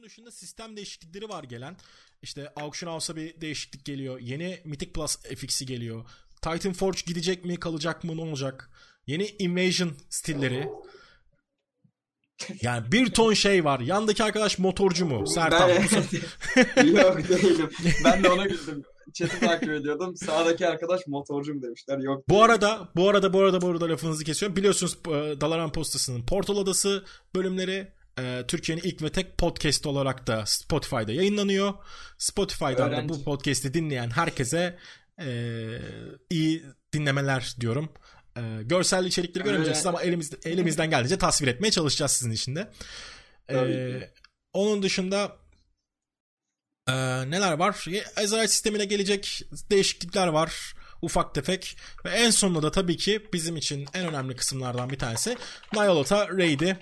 Bunun dışında sistem değişiklikleri var gelen. İşte Auction House'a bir değişiklik geliyor. Yeni Mythic Plus FX'i geliyor. Titan Forge gidecek mi, kalacak mı, ne olacak? Yeni Invasion stilleri. Yani bir ton şey var. Yandaki arkadaş motorcu mu? Sertan. Yok değilim. Ben de ona güldüm. Chat'i takip ediyordum. Sağdaki arkadaş motorcu mu demişler. Yok. Bu arada lafınızı kesiyorum. Biliyorsunuz Dalaran Postası'nın Portal Adası bölümleri Türkiye'nin ilk ve tek podcast olarak da Spotify'da yayınlanıyor. Spotify'dan da bu podcast'i dinleyen herkese iyi dinlemeler diyorum. Görsel içerikleri göremeyeceksiniz ama elimizden geldiğince tasvir etmeye çalışacağız sizin için de. Onun dışında neler var? Azrail sistemine gelecek değişiklikler var. Ufak tefek. Ve en sonunda da tabii ki bizim için en önemli kısımlardan bir tanesi Nyalotha Raid'i.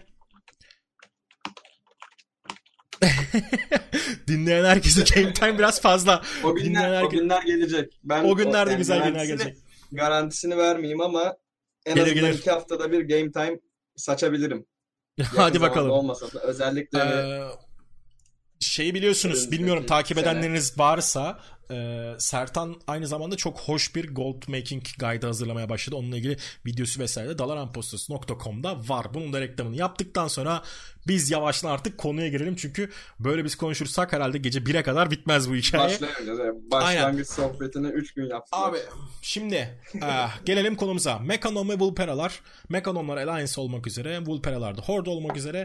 Dinleyen herkese game time biraz fazla. O günler gelecek. O günlerde güzel günler gelecek. Garantisini vermeyeyim ama en azından 2 haftada bir game time saçabilirim. Hadi bakalım. Olmasa da özellikle şeyi biliyorsunuz, bilmiyorum takip edenleriniz varsa Sertan aynı zamanda çok hoş bir gold making guide hazırlamaya başladı. Onunla ilgili videosu vesaire de dalaranpostası.com'da var. Bunun da reklamını yaptıktan sonra biz yavaştan artık konuya girelim. Çünkü böyle biz konuşursak herhalde gece 1'e kadar bitmez bu hikaye. Başlangıç sohbetini 3 gün yaptık. Abi şimdi gelelim konumuza. Mekanom ve Vulperalar. Mekanomlar Alliance olmak üzere. Vulperalar da Horde olmak üzere.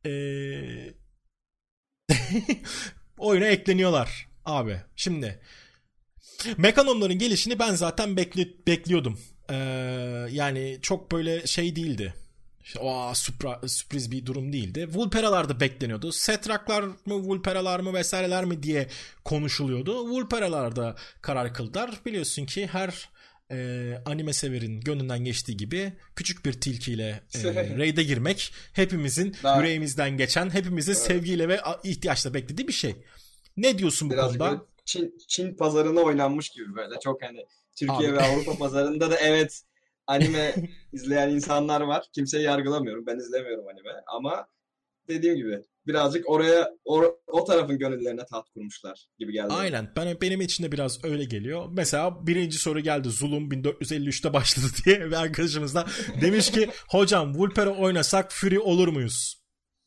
Oyuna ekleniyorlar abi. Şimdi Mekanomların gelişini ben zaten bekliyordum. Yani çok böyle şey değildi. Sürpriz bir durum değildi. Vulperalar da bekleniyordu. Setraklar mı, Vulperalar mı vesaireler mi diye konuşuluyordu. Vulperalar da karar kıldılar. Biliyorsun ki her anime severin gönlünden geçtiği gibi küçük bir tilkiyle raid'e girmek hepimizin yüreğimizden geçen, hepimizin sevgiyle ve ihtiyaçla beklediği bir şey. Ne diyorsun bu konuda? Çin pazarına oynanmış gibi böyle. Çok hani Türkiye ve Avrupa pazarında da evet anime izleyen insanlar var. Kimseyi yargılamıyorum. Ben izlemiyorum anime. Ama dediğim gibi birazcık o tarafın gönüllerine taht kurmuşlar gibi geldi. Aynen. Benim için de biraz öyle geliyor. Mesela birinci soru geldi. Zulum 1453'te başladı diye bir arkadaşımız da demiş ki hocam Vulpera oynasak Fury olur muyuz?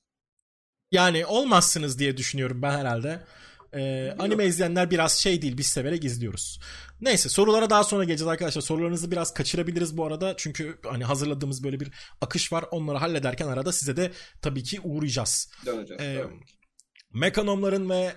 Yani olmazsınız diye düşünüyorum ben herhalde. Anime izleyenler biraz şey değil, biz severek izliyoruz. Neyse, sorulara daha sonra geleceğiz arkadaşlar. Sorularınızı biraz kaçırabiliriz bu arada. Çünkü hani hazırladığımız böyle bir akış var. Onları hallederken arada size de tabii ki uğrayacağız. Mekanomların ve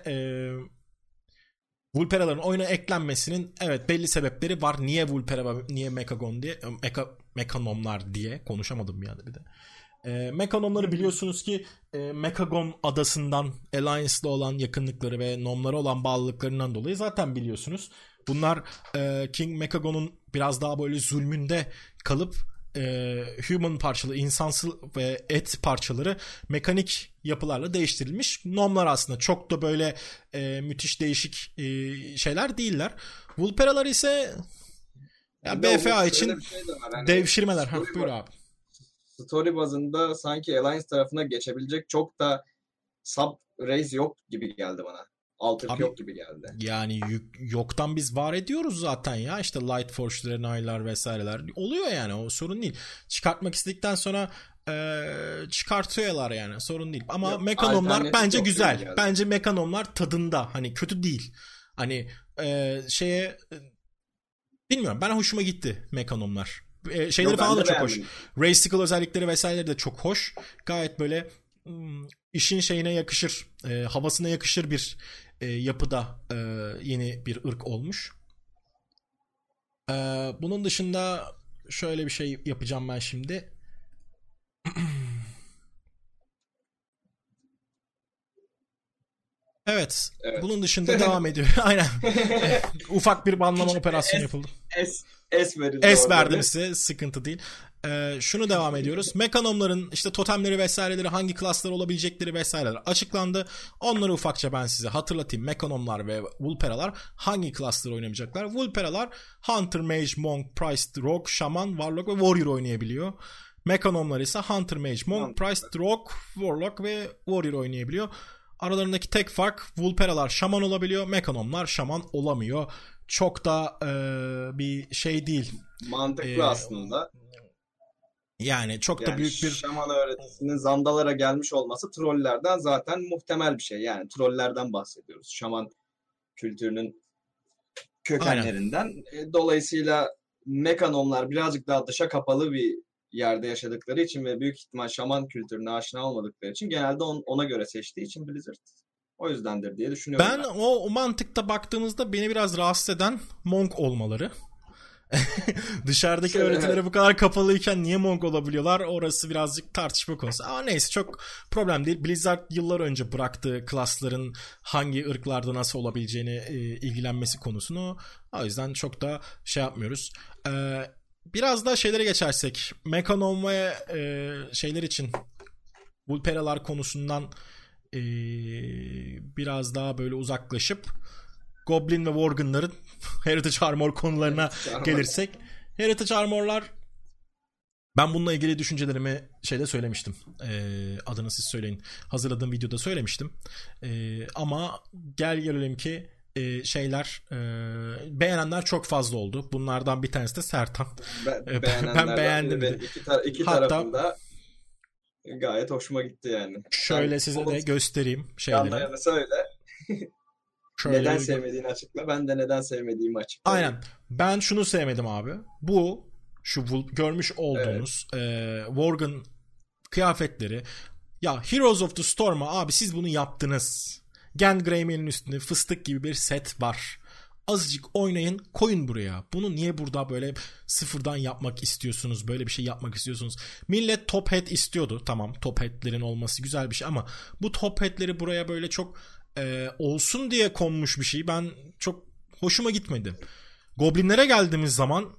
Vulperaların oyuna eklenmesinin evet belli sebepleri var. Niye Vulpera ve niye Mekagon diye Mekanomlar diye konuşamadım yani bir de. Mekanomları biliyorsunuz ki Mekagon adasından Alliance'la olan yakınlıkları ve Nomlara olan bağlılıklarından dolayı zaten biliyorsunuz. Bunlar King Mekagon'un biraz daha böyle zulmünde kalıp human parçalı, insansıl ve et parçaları mekanik yapılarla değiştirilmiş. Nomlar aslında çok da böyle müthiş değişik şeyler değiller. Vulperalar ise yani BFA için şey hani devşirmeler. Buyur abi. Story bazında sanki Alliance tarafına geçebilecek çok da sub race yok gibi geldi bana. Altı yok gibi geldi. Yani yoktan biz var ediyoruz zaten ya. İşte Light Forge'lar, Nile'lar vesaireler oluyor yani. O sorun değil. Çıkartmak istedikten sonra çıkartıyorlar yani. Sorun değil. Ama yok, Mekanomlar bence güzel. Bence Mekanomlar tadında. Hani kötü değil. Hani bilmiyorum. Ben hoşuma gitti Mekanomlar. Şeyleri falan da çok hoş. Racicle özellikleri vesaireleri de çok hoş. Gayet böyle işin şeyine yakışır, havasına yakışır bir yapıda yeni bir ırk olmuş. Bunun dışında şöyle bir şey yapacağım ben şimdi. Evet. Bunun dışında devam ediyor. Aynen. Ufak bir banlama operasyonu yapıldı. S verdim size. Sıkıntı değil. Şunu devam ediyoruz. Mekanomların işte totemleri vesaireleri, hangi klaslar olabilecekleri vesaireler açıklandı. Onları ufakça ben size hatırlatayım. Mekanomlar ve Vulperalar hangi klasları oynamayacaklar? Vulperalar Hunter, Mage, Monk, Priest, Rogue, Shaman, Warlock ve Warrior oynayabiliyor. Mekanomlar ise Hunter, Mage, Monk, Priest, Rogue, Warlock ve Warrior oynayabiliyor. Aralarındaki tek fark Vulperalar şaman olabiliyor. Mekanomlar şaman olamıyor. Çok da bir şey değil. Mantıklı aslında. Yani çok da büyük bir... Şaman öğretisinin Zandalara gelmiş olması trollerden zaten muhtemel bir şey. Yani trollerden bahsediyoruz. Şaman kültürünün kökenlerinden. Dolayısıyla mekanomlar birazcık daha dışa kapalı bir yerde yaşadıkları için ve büyük ihtimal şaman kültürüne aşina olmadıkları için genelde ona göre seçtiği için Blizzard o yüzdendir diye düşünüyorum ben. O mantıkta baktığımızda beni biraz rahatsız eden Monk olmaları. Dışarıdaki öğretilere bu kadar kapalıyken niye Monk olabiliyorlar? Orası birazcık tartışma konusu. Ama neyse, çok problem değil. Blizzard yıllar önce bıraktığı klasların hangi ırklarda nasıl olabileceğini ilgilenmesi konusunu. O yüzden çok da şey yapmıyoruz. Biraz da şeylere geçersek. Mekanom ve şeyler için Vulperalar konusundan biraz daha böyle uzaklaşıp Goblin ve Worgen'ların Heritage Armor konularına gelirsek. Heritage Armor'lar, ben bununla ilgili düşüncelerimi şeyde söylemiştim. Adını siz söyleyin. Hazırladığım videoda söylemiştim. Ama gel gelelim ki şeyler beğenenler çok fazla oldu. Bunlardan bir tanesi de Sertan. Ben beğendim. İki tarafında gayet hoşuma gitti yani. Şöyle size de göstereyim şeyleri. Yanlarına söyle. Şöyle neden sevmediğini açıkla. Ben de neden sevmediğimi açıklayayım. Aynen. Ben şunu sevmedim abi. Bu şu görmüş olduğunuz Worgen kıyafetleri. Ya Heroes of the Storm'a abi siz bunu yaptınız. Gengraming'in üstünde fıstık gibi bir set var. Azıcık oynayın, koyun buraya. Bunu niye burada böyle sıfırdan yapmak istiyorsunuz? Böyle bir şey yapmak istiyorsunuz. Millet top hat istiyordu. Tamam, top hat'lerin olması güzel bir şey ama bu top hat'leri buraya böyle çok olsun diye konmuş bir şey. Ben çok hoşuma gitmedi. Goblinlere geldiğimiz zaman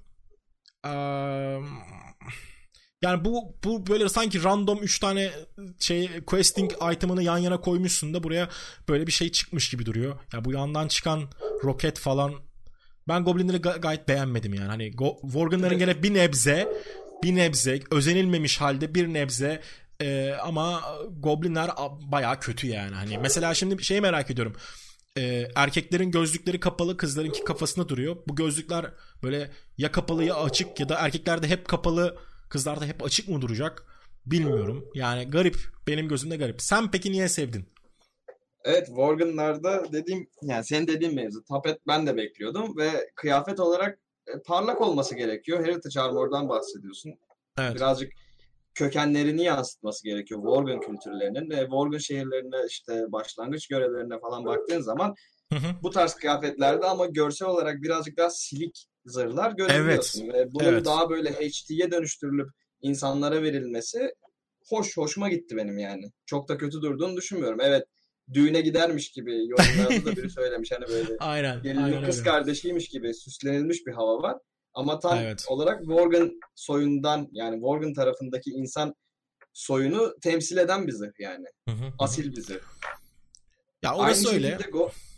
yani bu böyle sanki random 3 tane şey questing item'ını yan yana koymuşsun da buraya böyle bir şey çıkmış gibi duruyor. Ya bu yandan çıkan roket falan, ben Goblinleri gayet beğenmedim yani. Hani Worgen'ların gene bir nebze özenilmemiş halde bir nebze ama Goblinler bayağı kötü yani. Hani mesela şimdi şeyi merak ediyorum. Erkeklerin gözlükleri kapalı, kızlarınki kafasında duruyor. Bu gözlükler böyle ya kapalı ya açık, ya da erkeklerde hep kapalı, kızlarda hep açık mı duracak bilmiyorum. Yani garip, benim gözümde garip. Sen peki niye sevdin? Evet, Worgen'larda yani senin dediğin mevzu. Tapet ben de bekliyordum ve kıyafet olarak parlak olması gerekiyor. Heritage Armor'dan bahsediyorsun. Evet. Birazcık kökenlerini yansıtması gerekiyor Worgen kültürlerinin. Worgen şehirlerine, işte başlangıç görevlerine falan baktığın zaman bu tarz kıyafetlerde ama görsel olarak birazcık daha silik zırhlar görebiliyorsun. Evet. Ve bunun daha böyle HD'ye dönüştürülüp insanlara verilmesi hoşuma gitti benim yani. Çok da kötü durduğunu düşünmüyorum. Evet, düğüne gidermiş gibi yorumlarda da biri söylemiş. Hani böyle gelinin kız kardeşiymiş gibi süslenilmiş bir hava var. Ama tam olarak Worgen soyundan, yani Worgen tarafındaki insan soyunu temsil eden bir zırh yani. Asil bir zırh. Ya orası aynı öyle.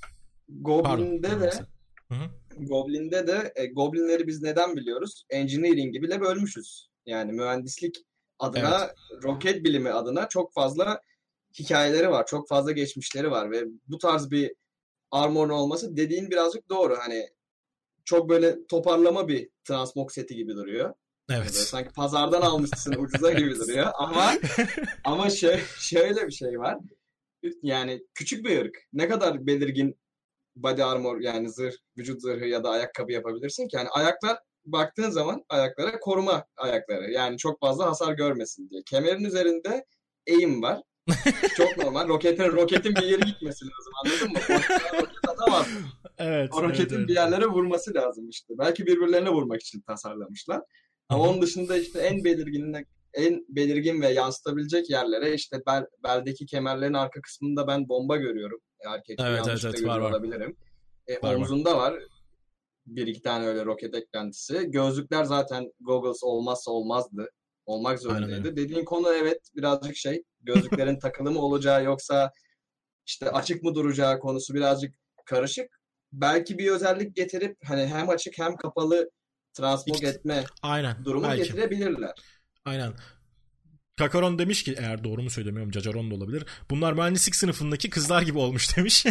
Goblin'de de Goblinleri biz neden biliyoruz? Engineering'i bile bölmüşüz. Yani mühendislik adına, roket bilimi adına çok fazla hikayeleri var. Çok fazla geçmişleri var ve bu tarz bir armorun olması dediğin birazcık doğru. Hani çok böyle toparlama bir transmog seti gibi duruyor. Evet. Böyle sanki pazardan almışsın ucuza gibi duruyor. Ama şöyle bir şey var. Yani küçük bir ırk. Ne kadar belirgin body armor, yani zırh, vücut zırhı ya da ayakkabı yapabilirsin ki? Yani ayaklar, baktığın zaman ayaklara koruma ayakları. Yani çok fazla hasar görmesin diye. Kemerin üzerinde eğim var. Çok normal. Roketin bir yere gitmesi lazım. Anladın mı? Roket atamaz. Evet. O roketin bir yerlere vurması lazım işte. Belki birbirlerine vurmak için tasarlamışlar. Ama onun dışında işte en belirgin ve yansıtabilecek yerlere işte beldeki kemerlerin arka kısmında ben bomba görüyorum. Erkekte yanlışlıkla görüyor olabilirim. Omzunda var. Bir iki tane öyle roket eklentisi. Gözlükler zaten goggles olmazsa olmazdı. Olmak zorundaydı. Dediğin konu birazcık gözlüklerin takılı mı olacağı yoksa işte açık mı duracağı konusu birazcık karışık. Belki bir özellik getirip hani hem açık hem kapalı transmog etme durumu getirebilirler. Aynen. Kakaron demiş ki, eğer doğru mu söylemiyorum, Cacaron da olabilir, bunlar mühendislik sınıfındaki kızlar gibi olmuş demiş.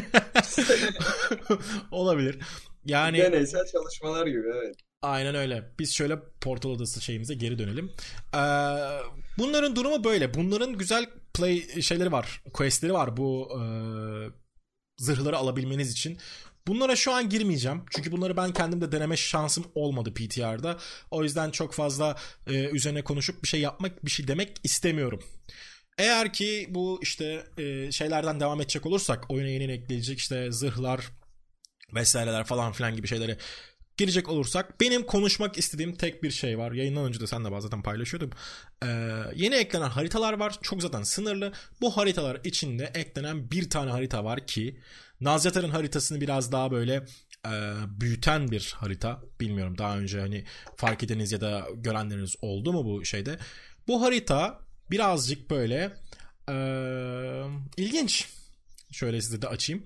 Olabilir. Yani deneysel çalışmalar gibi, evet. aynen öyle. Biz şöyle Portal Adası şeyimize geri dönelim. Bunların durumu böyle. Bunların güzel şeyleri var. Questleri var bu zırhları alabilmeniz için. Bunlara şu an girmeyeceğim. Çünkü bunları ben kendim de deneme şansım olmadı PTR'da. O yüzden çok fazla üzerine konuşup bir şey yapmak, bir şey demek istemiyorum. Eğer ki bu işte şeylerden devam edecek olursak, oyuna yeni ekleyecek işte zırhlar vesaireler falan filan gibi şeylere girecek olursak, benim konuşmak istediğim tek bir şey var. Yayından önce de seninle zaten paylaşıyordum. Yeni eklenen haritalar var. Çok zaten sınırlı. Bu haritalar içinde eklenen bir tane harita var ki Nazyatar'ın haritasını biraz daha böyle büyüten bir harita. Bilmiyorum, daha önce hani fark edeniz ya da görenleriniz oldu mu bu şeyde. Bu harita birazcık böyle ilginç. Şöyle size de açayım.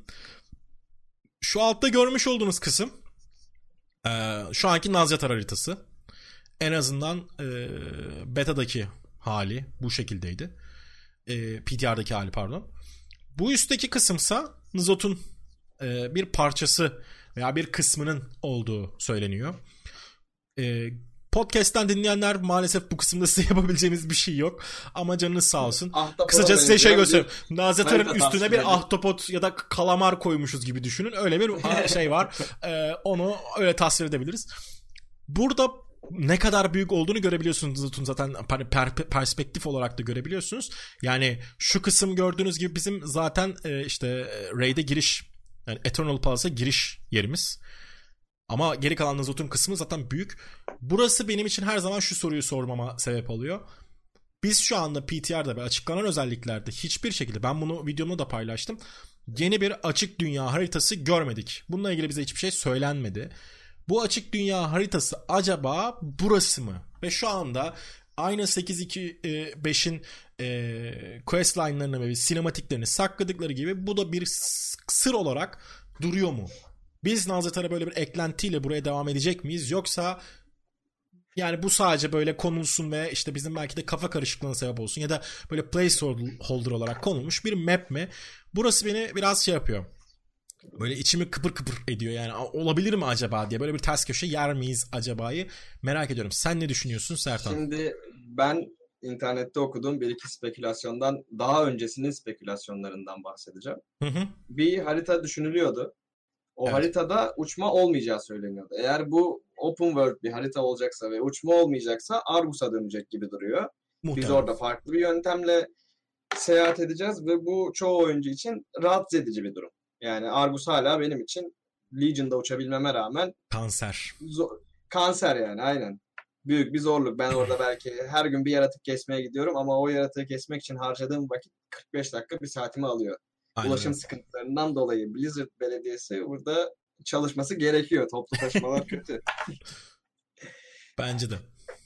Şu altta görmüş olduğunuz kısım şu anki Nazyatar haritası. En azından beta'daki hali bu şekildeydi. PTR'daki hali pardon. Bu üstteki kısımsa Nzot'un bir parçası veya bir kısmının olduğu söyleniyor. Podcast'ten dinleyenler, maalesef bu kısımda size yapabileceğimiz bir şey yok. Ama canınız sağ olsun. Kısaca size şey göstereyim. Nazyatar'ın üstüne bir ahtapot ya da kalamar koymuşuz gibi düşünün. Öyle bir şey var. Onu öyle tasvir edebiliriz. Burada ne kadar büyük olduğunu görebiliyorsunuz. Zaten perspektif olarak da görebiliyorsunuz. Yani şu kısım gördüğünüz gibi bizim zaten işte Raid'e giriş, yani Eternal Palace'a giriş yerimiz. Ama geri kalan Nzot'un kısmı zaten büyük. Burası benim için her zaman şu soruyu sormama sebep oluyor. Biz şu anda PTR'da ve açıklanan özelliklerde hiçbir şekilde, ben bunu videomda da paylaştım, yeni bir açık dünya haritası görmedik. Bununla ilgili bize hiçbir şey söylenmedi. Bu açık dünya haritası acaba burası mı? Ve şu anda aynı 8.2.5'in quest line'larını ve sinematiklerini sakladıkları gibi bu da bir sır olarak duruyor mu? Biz Nazyatar'a böyle bir eklentiyle buraya devam edecek miyiz? Yoksa yani bu sadece böyle konulsun ve işte bizim belki de kafa karışıklığına sebep olsun ya da böyle placeholder olarak konulmuş bir map mi? Burası beni biraz şey yapıyor. Böyle içimi kıpır kıpır ediyor, yani olabilir mi acaba diye, böyle bir ters köşe yer miyiz acaba'yı merak ediyorum. Sen ne düşünüyorsun Sertan? Şimdi ben internette okuduğum bir iki spekülasyondan, daha öncesinin spekülasyonlarından bahsedeceğim. Hı hı. Bir harita düşünülüyordu. O haritada uçma olmayacağı söyleniyordu. Eğer bu open world bir harita olacaksa ve uçma olmayacaksa Argus'a dönecek gibi duruyor. Muhtemelen. Biz orada farklı bir yöntemle seyahat edeceğiz ve bu çoğu oyuncu için rahatsız edici bir durum. Yani Argus hala benim için Legion'da uçabilmeme rağmen kanser. Kanser yani, aynen. Büyük bir zorluk. Ben orada belki her gün bir yaratık kesmeye gidiyorum ama o yaratığı kesmek için harcadığım vakit 45 dakika bir saatimi alıyor. Aynen. Ulaşım sıkıntılarından dolayı Blizzard Belediyesi burada çalışması gerekiyor. Toplu taşımalar kötü. Bence de.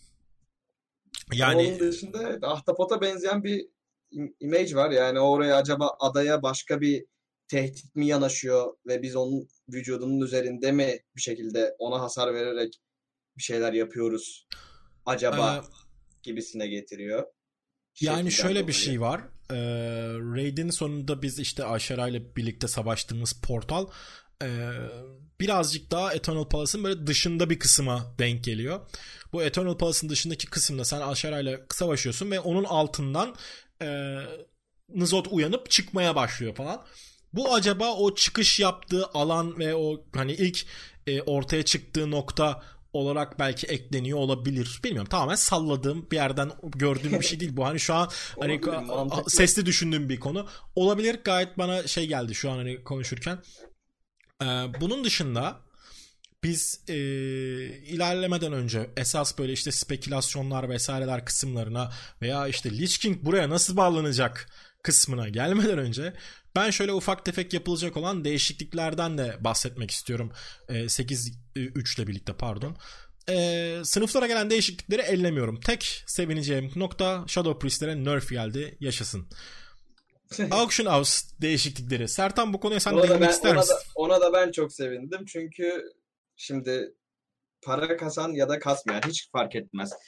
Yani onun dışında ahtapota benzeyen bir image var. Yani oraya acaba adaya başka bir tehdit mi yanaşıyor ve biz onun vücudunun üzerinde mi bir şekilde ona hasar vererek bir şeyler yapıyoruz acaba gibisine getiriyor. Yani şöyle bir şey var. Raid'in sonunda biz işte Ashera ile birlikte savaştığımız portal birazcık daha Eternal Palace'ın böyle dışında bir kısma denk geliyor. Bu Eternal Palace'ın dışındaki kısımda sen Ashera ile savaşıyorsun ve onun altından Nzot uyanıp çıkmaya başlıyor falan. Bu acaba o çıkış yaptığı alan ve o hani ilk ortaya çıktığı nokta olarak belki ekleniyor olabilir. Bilmiyorum. Tamamen salladığım bir yerden gördüğüm bir şey değil bu. Hani şu an hani sesli düşündüğüm bir konu. Olabilir. Gayet bana şey geldi şu an hani konuşurken. Bunun dışında biz ilerlemeden önce esas böyle işte spekülasyonlar vesaireler kısımlarına veya işte Lich King buraya nasıl bağlanacak kısmına gelmeden önce ben şöyle ufak tefek yapılacak olan değişikliklerden de bahsetmek istiyorum. 8.3 ile birlikte pardon. Sınıflara gelen değişiklikleri ellemiyorum. Tek sevineceğim nokta Shadow Priest'lere nerf geldi. Yaşasın. Auction House değişiklikleri. Sertan, bu konuya sen değinmek ister misin? Ona da ben çok sevindim. Çünkü şimdi para kasan ya da kasmayan hiç fark etmez.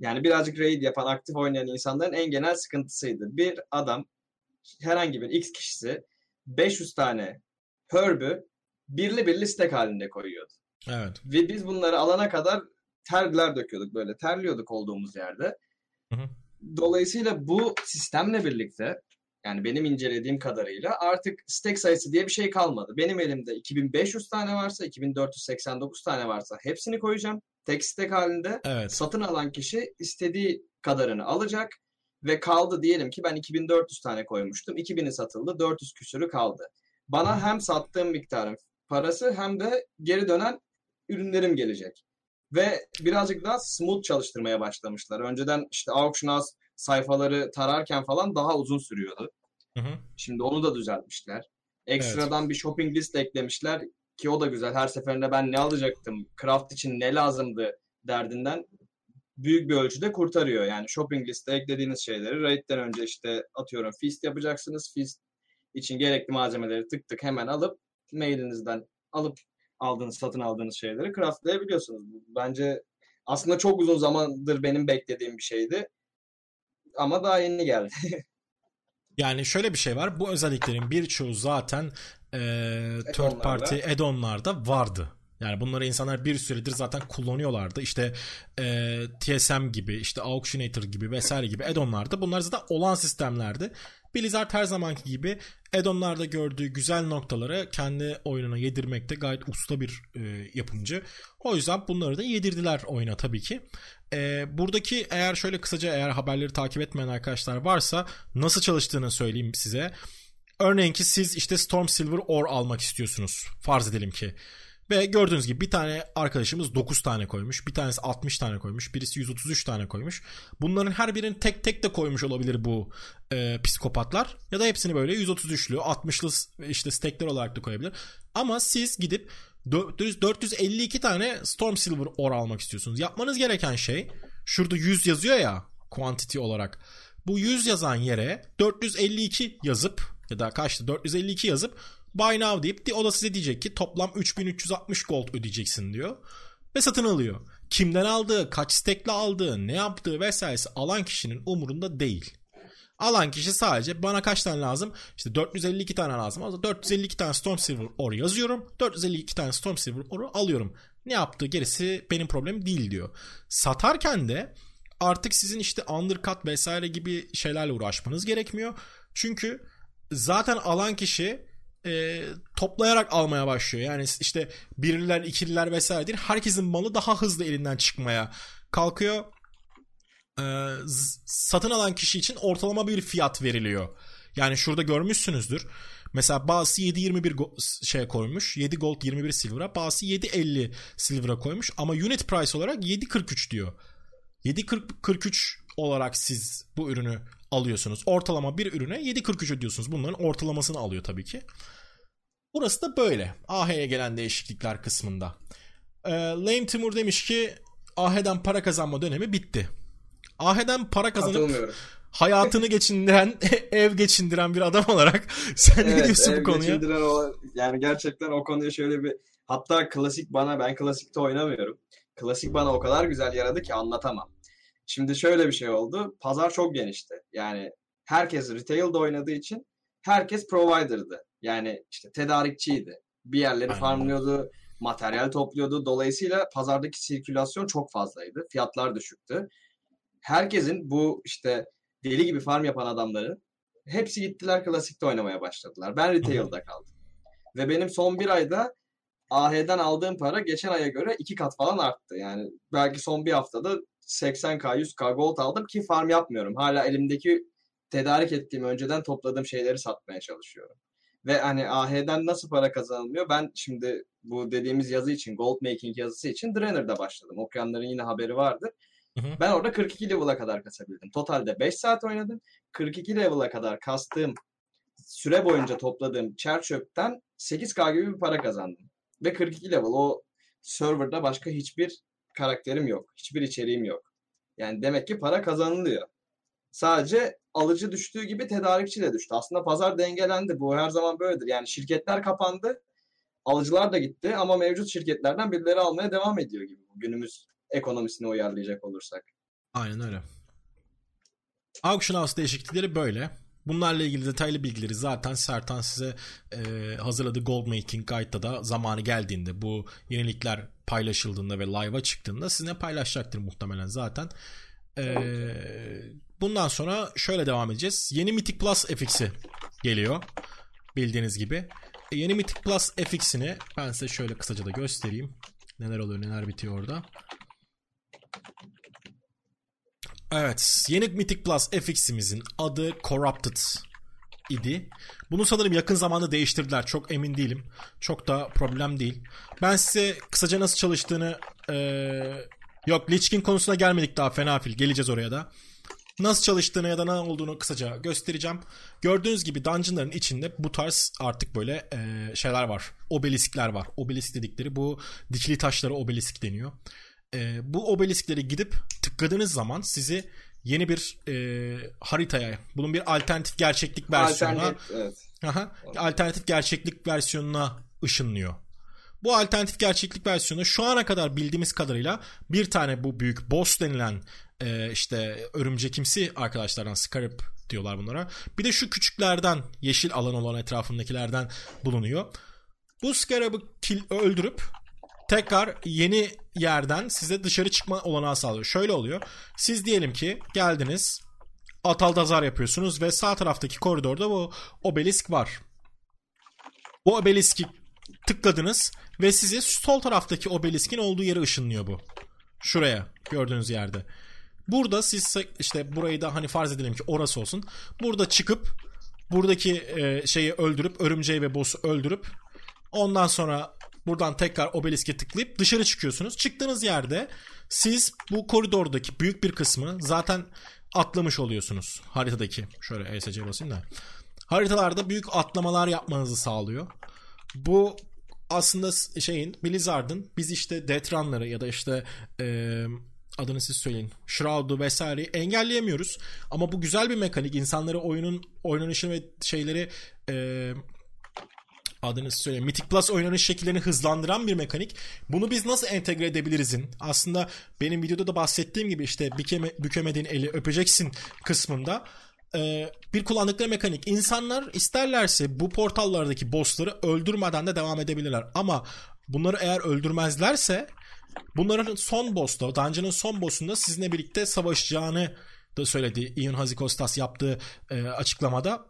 Yani birazcık raid yapan, aktif oynayan insanların en genel sıkıntısıydı. Bir adam, herhangi bir X kişisi 500 tane herb'ü birli birli stack halinde koyuyordu. Evet. Ve biz bunları alana kadar terler döküyorduk böyle. Terliyorduk olduğumuz yerde. Hı hı. Dolayısıyla bu sistemle birlikte, yani benim incelediğim kadarıyla artık stack sayısı diye bir şey kalmadı. Benim elimde 2500 tane varsa, 2489 tane varsa hepsini koyacağım. Tek stack halinde. Evet. Satın alan kişi istediği kadarını alacak ve kaldı, diyelim ki ben 2400 tane koymuştum. 2000'i satıldı, 400 küsürü kaldı. Bana hem sattığım miktarın parası hem de geri dönen ürünlerim gelecek. Ve birazcık daha smooth çalıştırmaya başlamışlar. Önceden işte auction house sayfaları tararken falan daha uzun sürüyordu. Hı hı. Şimdi onu da düzeltmişler. Ekstradan bir shopping list eklemişler ki o da güzel. Her seferinde ben ne alacaktım, craft için ne lazımdı derdinden büyük bir ölçüde kurtarıyor. Yani shopping liste eklediğiniz şeyleri raid'den önce işte atıyorum feast yapacaksınız. Feast için gerekli malzemeleri tık tık hemen alıp mailinizden alıp satın aldığınız şeyleri craftlayabiliyorsunuz. Bence aslında çok uzun zamandır benim beklediğim bir şeydi. Ama daha yeni geldi. Yani şöyle bir şey var. Bu özelliklerin birçoğu zaten third party add-on'larda vardı. Yani bunları insanlar bir süredir zaten kullanıyorlardı. İşte TSM gibi, işte Auctionator gibi vesaire gibi add-on'larda. Bunlar zaten olan sistemlerdi. Blizzard her zamanki gibi add-on'larda gördüğü güzel noktaları kendi oyununa yedirmekte gayet usta bir yapımcı. O yüzden bunları da yedirdiler oyuna tabii ki. Buradaki eğer şöyle kısaca, eğer haberleri takip etmeyen arkadaşlar varsa nasıl çalıştığını söyleyeyim size. Örneğin ki siz işte Storm Silver Ore almak istiyorsunuz. Farz edelim ki. Ve gördüğünüz gibi bir tane arkadaşımız 9 tane koymuş. Bir tanesi 60 tane koymuş. Birisi 133 tane koymuş. Bunların her birini tek tek de koymuş olabilir bu psikopatlar. Ya da hepsini böyle 133'lü, 60'lı işte stackler olarak da koyabilir. Ama siz gidip 452 tane Storm Silver Ore almak istiyorsunuz. Yapmanız gereken şey, şurada 100 yazıyor ya quantity olarak. Bu 100 yazan yere 452 yazıp ya da kaçtı 452 yazıp buy now deyip o da size diyecek ki toplam 3360 gold ödeyeceksin diyor. Ve satın alıyor. Kimden aldığı, kaç stack'le aldığı, ne yaptığı vesairesi alan kişinin umurunda değil. Alan kişi sadece bana kaç tane lazım? İşte 452 tane lazım. O da 452 tane Storm Silver Ore yazıyorum. 452 tane Storm Silver Ore alıyorum. Ne yaptığı gerisi benim problemim değil diyor. Satarken de artık sizin işte undercut vesaire gibi şeylerle uğraşmanız gerekmiyor. Çünkü zaten alan kişi toplayarak almaya başlıyor. Yani işte birliler, ikililer vesaire değil. Herkesin malı daha hızlı elinden çıkmaya kalkıyor. Satın alan kişi için ortalama bir fiyat veriliyor. Yani şurada görmüşsünüzdür. Mesela bazısı 7.21 şey koymuş. 7 gold 21 silver'a. Bazısı 7.50 silver'a koymuş. Ama unit price olarak 7.43 diyor. 7.43 olarak siz bu ürünü alıyorsunuz. Ortalama bir ürüne 7.43 ödüyorsunuz. Bunların ortalamasını alıyor tabii ki. Burası da böyle. AH'ye gelen değişiklikler kısmında. Lame Timur demiş ki AH'den para kazanma dönemi bitti. AH'den para kazanıp hayatını geçindiren, ev geçindiren bir adam olarak sen ne diyorsun bu konuya? Yani gerçekten o konuya şöyle bir, hatta ben klasikte oynamıyorum. Klasik bana o kadar güzel yaradı ki anlatamam. Şimdi şöyle bir şey oldu. Pazar çok genişti. Yani herkes retail'da oynadığı için herkes provider'dı. Yani işte tedarikçiydi. Bir yerleri farmlıyordu, materyal topluyordu. Dolayısıyla pazardaki sirkülasyon çok fazlaydı. Fiyatlar düşüktü. Herkesin bu işte deli gibi farm yapan adamların hepsi gittiler klasikte oynamaya başladılar. Ben retail'da kaldım. Ve benim son bir ayda AH'den aldığım para geçen aya göre 2 kat falan arttı. Yani belki son bir haftada 80k 100k gold aldım ki farm yapmıyorum. Hala elimdeki tedarik ettiğim, önceden topladığım şeyleri satmaya çalışıyorum. Ve hani AH'den nasıl para kazanılmıyor? Ben şimdi bu dediğimiz yazı için, gold making yazısı için Drainer'da başladım. Okuyanların yine haberi vardır. Ben orada 42 level'a kadar kasabildim. Totalde 5 saat oynadım. 42 level'a kadar kastığım süre boyunca topladığım çer çöpten 8k gibi bir para kazandım. Ve 42 level, o serverda başka hiçbir karakterim yok. Hiçbir içeriğim yok. Yani demek ki para kazanılıyor. Sadece alıcı düştüğü gibi tedarikçi de düştü. Aslında pazar dengelendi. Bu her zaman böyledir. Yani şirketler kapandı. Alıcılar da gitti ama mevcut şirketlerden birileri almaya devam ediyor gibi. Günümüz ekonomisine uyarlayacak olursak. Aynen öyle. Auction House değişiklikleri böyle. Bunlarla ilgili detaylı bilgileri zaten Sertan size hazırladığı Gold Making Guide'da da zamanı geldiğinde, bu yenilikler paylaşıldığında ve live'a çıktığında sizinle paylaşacaktır muhtemelen zaten. Bundan sonra şöyle devam edeceğiz. Yeni Mythic Plus FX'i geliyor. Bildiğiniz gibi. Yeni Mythic Plus FX'ini ben size şöyle kısaca da göstereyim. Neler oluyor, neler bitiyor orada. Evet, yeni Mythic Plus FX'imizin adı Corrupted idi. Bunu sanırım yakın zamanda değiştirdiler. Çok emin değilim. Çok da problem değil. Ben size kısaca nasıl çalıştığını... Yok, Lich King konusuna gelmedik daha, fena fil. Geleceğiz oraya da. Nasıl çalıştığını ya da ne olduğunu kısaca göstereceğim. Gördüğünüz gibi dungeonların içinde bu tarz artık böyle şeyler var. Obeliskler var. Obelisk dedikleri bu dikili taşlara obelisk deniyor. Bu obeliskleri gidip tıkladığınız zaman sizi yeni bir haritaya, bunun bir alternatif gerçeklik versiyonuna, alternatif gerçeklik versiyonuna ışınlıyor. Bu alternatif gerçeklik versiyonu şu ana kadar bildiğimiz kadarıyla bir tane bu büyük boss denilen işte örümcekimsi arkadaşlardan, Scarab diyorlar bunlara. Bir de şu küçüklerden, yeşil alan olan etrafındakilerden bulunuyor. Bu Scarab'ı öldürüp tekrar yeni yerden size dışarı çıkma olanağı sağlıyor. Şöyle oluyor. Siz diyelim ki geldiniz, Ataldazar yapıyorsunuz ve sağ taraftaki koridorda bu obelisk var. O obeliski tıkladınız ve sizi sol taraftaki obeliskin olduğu yere ışınlıyor bu. Şuraya, gördüğünüz yerde. Burada siz işte burayı da hani farz edelim ki orası olsun. Burada çıkıp buradaki şeyi öldürüp, örümceği ve boss'u öldürüp ondan sonra buradan tekrar obeliske tıklayıp dışarı çıkıyorsunuz. Çıktığınız yerde siz bu koridordaki büyük bir kısmı zaten atlamış oluyorsunuz. Haritadaki, şöyle ESC'ye basayım da. Haritalarda büyük atlamalar yapmanızı sağlıyor. Bu aslında Blizzard'ın biz işte Death Run'ları ya da işte adını siz söyleyin, Shroud'u vesaireyi engelleyemiyoruz. Ama bu güzel bir mekanik. İnsanları oyunun oynanışı ve şeyleri adını söyleyeyim, Mythic Plus oynanış şekillerini hızlandıran bir mekanik. Bunu biz nasıl entegre edebilirizin? Aslında benim videoda da bahsettiğim gibi işte bükemediğin eli öpeceksin kısmında bir kullandıkları mekanik. İnsanlar isterlerse bu portallardaki bossları öldürmeden de devam edebilirler. Ama bunları eğer öldürmezlerse bunların son boss'ta, dungeon'ın son boss'unda sizinle birlikte savaşacağını da söyledi Ion Hazikostas yaptığı açıklamada.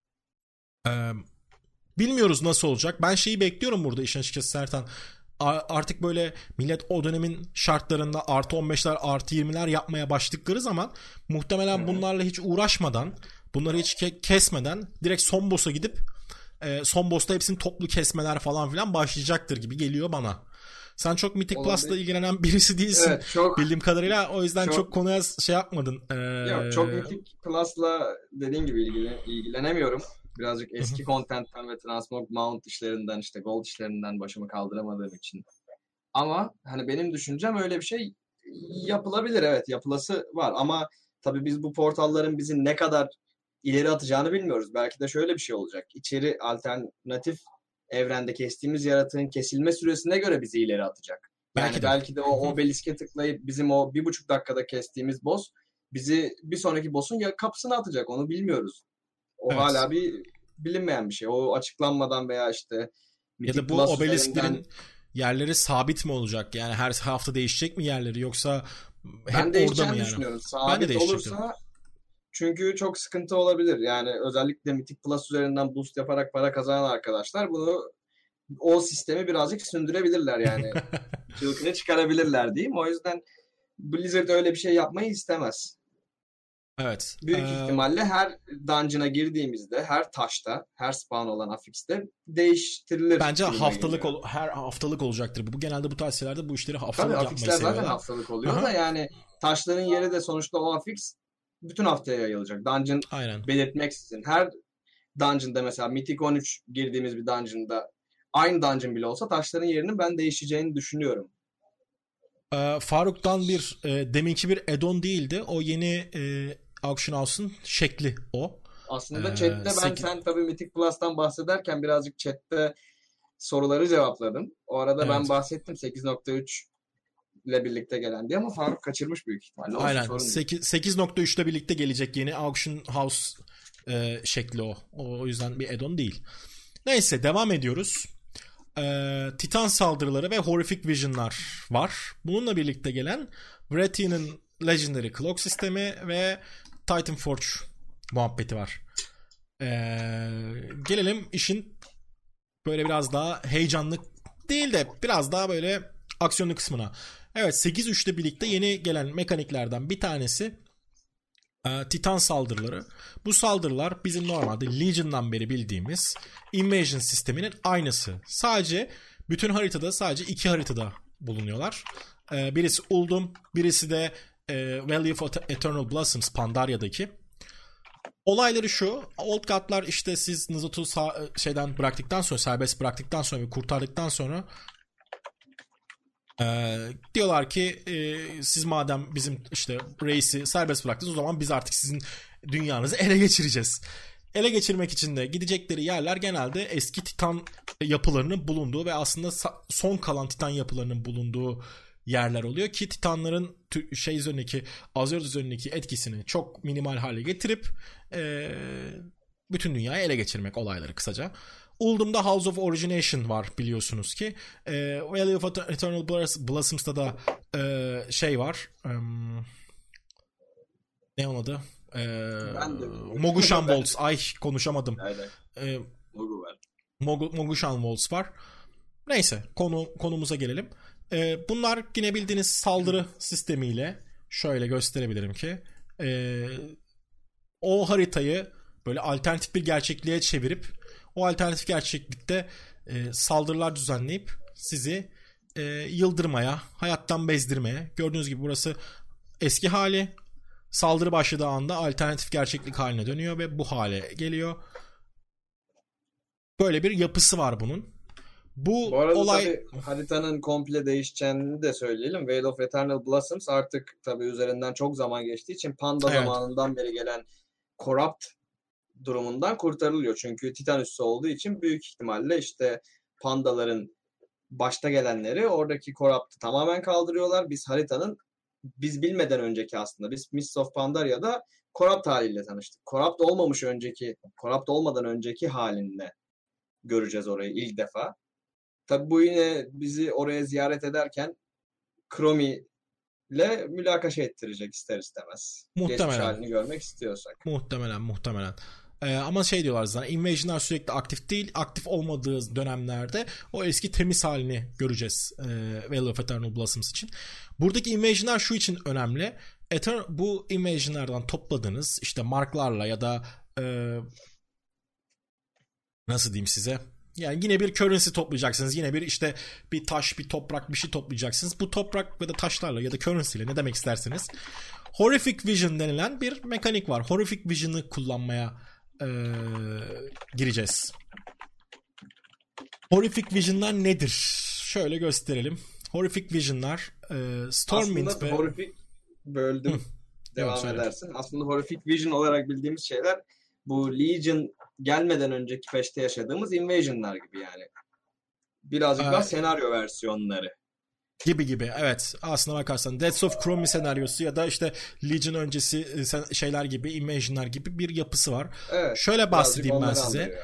Bilmiyoruz nasıl olacak. Ben şeyi bekliyorum burada işin açıkçası Sertan. Artık böyle millet o dönemin şartlarında artı 15'ler artı 20'ler yapmaya başladıkları zaman muhtemelen bunlarla hiç uğraşmadan, bunları hiç kesmeden direkt son boss'a gidip son boss'ta hepsini toplu kesmeler falan filan başlayacaktır gibi geliyor bana. Sen çok Mythic Plus'la ilgilenen birisi değilsin. Evet, çok, bildiğim kadarıyla. O yüzden çok konuya şey yapmadın. Yok, çok Mythic Plus'la dediğin gibi ilgilenemiyorum. Birazcık eski content'ten ve Transmog Mount işlerinden, işte Gold işlerinden başımı kaldıramadığım için. Ama hani benim düşüncem öyle bir şey yapılabilir, evet, yapılası var. Ama tabii biz bu portalların bizi ne kadar ileri atacağını bilmiyoruz. Belki de şöyle bir şey olacak. İçeri alternatif evrende kestiğimiz yaratığın kesilme süresine göre bizi ileri atacak. Yani belki de o obeliske tıklayıp bizim o 1,5 dakikada kestiğimiz boss bizi bir sonraki boss'un kapısına atacak. Onu bilmiyoruz. O evet, hala bir bilinmeyen bir şey. O açıklanmadan veya işte ya da bu obelisklerin yerleri sabit mi olacak? Yani her hafta değişecek mi yerleri, yoksa hep orada mı yani? Düşünüyorum. Sabit olursa çünkü çok sıkıntı olabilir. Yani özellikle Mythic Plus üzerinden boost yaparak para kazanan arkadaşlar o sistemi birazcık sündürebilirler yani. Çılgını çıkarabilirler diyeyim. O yüzden Blizzard öyle bir şey yapmayı istemez. Evet. Büyük ihtimalle her dungeon'a girdiğimizde, her taşta, her spawn olan affix'te değiştirilir. Bence her haftalık olacaktır. Bu genelde bu tarz şeylerde bu işleri haftalık yapmayı seviyorlar. Tabii zaten haftalık oluyor da yani taşların yeri de sonuçta o affix bütün haftaya yayılacak. Dungeon belirtmeksizin. Her dungeon'da mesela Mythic 13 girdiğimiz bir dungeon'da aynı dungeon bile olsa taşların yerinin ben değişeceğini düşünüyorum. Faruk'tan bir deminki bir add-on değildi. O yeni Auction House'un şekli o. Aslında chatte sen tabii Mythic Plus'tan bahsederken birazcık chatte soruları cevapladım. O arada ben bahsettim 8.3 ile birlikte gelen diye ama Faruk kaçırmış büyük ihtimalle. Aynen. 8.3'le birlikte gelecek yeni Auction House şekli o. O yüzden bir add-on değil. Neyse devam ediyoruz. Titan saldırıları ve Horrific Vision'lar var. Bununla birlikte gelen Vrathian'ın Legendary Cloak sistemi ve Titan Forge muhabbeti var. Gelelim işin böyle biraz daha heyecanlı değil de biraz daha böyle aksiyonlu kısmına. Evet, 8.3'le birlikte yeni gelen mekaniklerden bir tanesi Titan saldırıları. Bu saldırılar bizim normalde Legion'dan beri bildiğimiz Invasion sisteminin aynısı. Sadece bütün haritada sadece 2 haritada bulunuyorlar. Birisi Uldum, birisi de Valley of Eternal Blossoms Pandaria'daki. Olayları şu. Old God'lar işte siz N'Zoth'u şeyden bıraktıktan sonra, serbest bıraktıktan sonra ve kurtardıktan sonra diyorlar ki siz madem bizim işte reisi serbest bıraktınız, o zaman biz artık sizin dünyanızı ele geçireceğiz. Ele geçirmek için de gidecekleri yerler genelde eski Titan yapılarının bulunduğu ve aslında son kalan Titan yapılarının bulunduğu yerler oluyor ki Titanların üzerindeki, Azeroth üzerindeki etkisini çok minimal hale getirip bütün dünyayı ele geçirmek olayları kısaca. Uldum'da House of Origination var biliyorsunuz ki. Valley of Eternal Blossoms'ta da şey var. Ne onun adı? Mogushan Waltz. Ay konuşamadım. Mogushan Waltz var. Neyse konumuza gelelim. Bunlar yine bildiğiniz saldırı sistemiyle şöyle gösterebilirim ki o haritayı böyle alternatif bir gerçekliğe çevirip o alternatif gerçeklikte saldırılar düzenleyip sizi yıldırmaya, hayattan bezdirmeye. Gördüğünüz gibi burası eski hali. Saldırı başladığı anda alternatif gerçeklik haline dönüyor ve bu hale geliyor. Böyle bir yapısı var bunun. Bu arada olay haritanın komple değişeceğini de söyleyelim. Veil of Eternal Blossoms artık tabii üzerinden çok zaman geçtiği için Panda zamanından beri gelen Corrupt durumundan kurtarılıyor. Çünkü Titan üssü olduğu için büyük ihtimalle işte Pandaların başta gelenleri oradaki Corrupt'ı tamamen kaldırıyorlar. Biz bilmeden önceki aslında biz Mists of Pandaria'da Corrupt haliyle tanıştık. Corrupt olmadan önceki halinde göreceğiz orayı ilk defa. Tabii bu yine bizi oraya ziyaret ederken Chromie ile mülakaşa ettirecek ister istemez. Muhtemelen. Geçmiş halini görmek istiyorsak. Muhtemelen. Ama şey diyorlar zaten, Invasion'lar sürekli aktif değil. Aktif olmadığı dönemlerde o eski temiz halini göreceğiz Valley of Eternal Blossoms için. Buradaki Invasion'lar şu için önemli. Bu Invasion'lardan topladığınız işte marklarla ya da nasıl diyeyim size, yani yine bir currency toplayacaksınız. Yine bir işte bir taş, bir toprak, bir şey toplayacaksınız. Bu toprak ya da taşlarla ya da currency ile ne demek isterseniz Horrific Vision denilen bir mekanik var. Horrific Vision'ı kullanmaya gireceğiz. Horrific Vision'lar nedir? Şöyle gösterelim. Horrific Vision'lar Stormwind aslında ve... Horrific böldüm. Devam edersin. Aslında Horrific Vision olarak bildiğimiz şeyler bu Legion gelmeden önceki peşte yaşadığımız Invasion'lar gibi yani. Birazcık daha senaryo versiyonları. Gibi evet. Aslına bakarsan Deaths of Chromie senaryosu ya da işte Legion öncesi şeyler gibi, Invasion'lar gibi bir yapısı var. Evet, şöyle bahsedeyim ben size.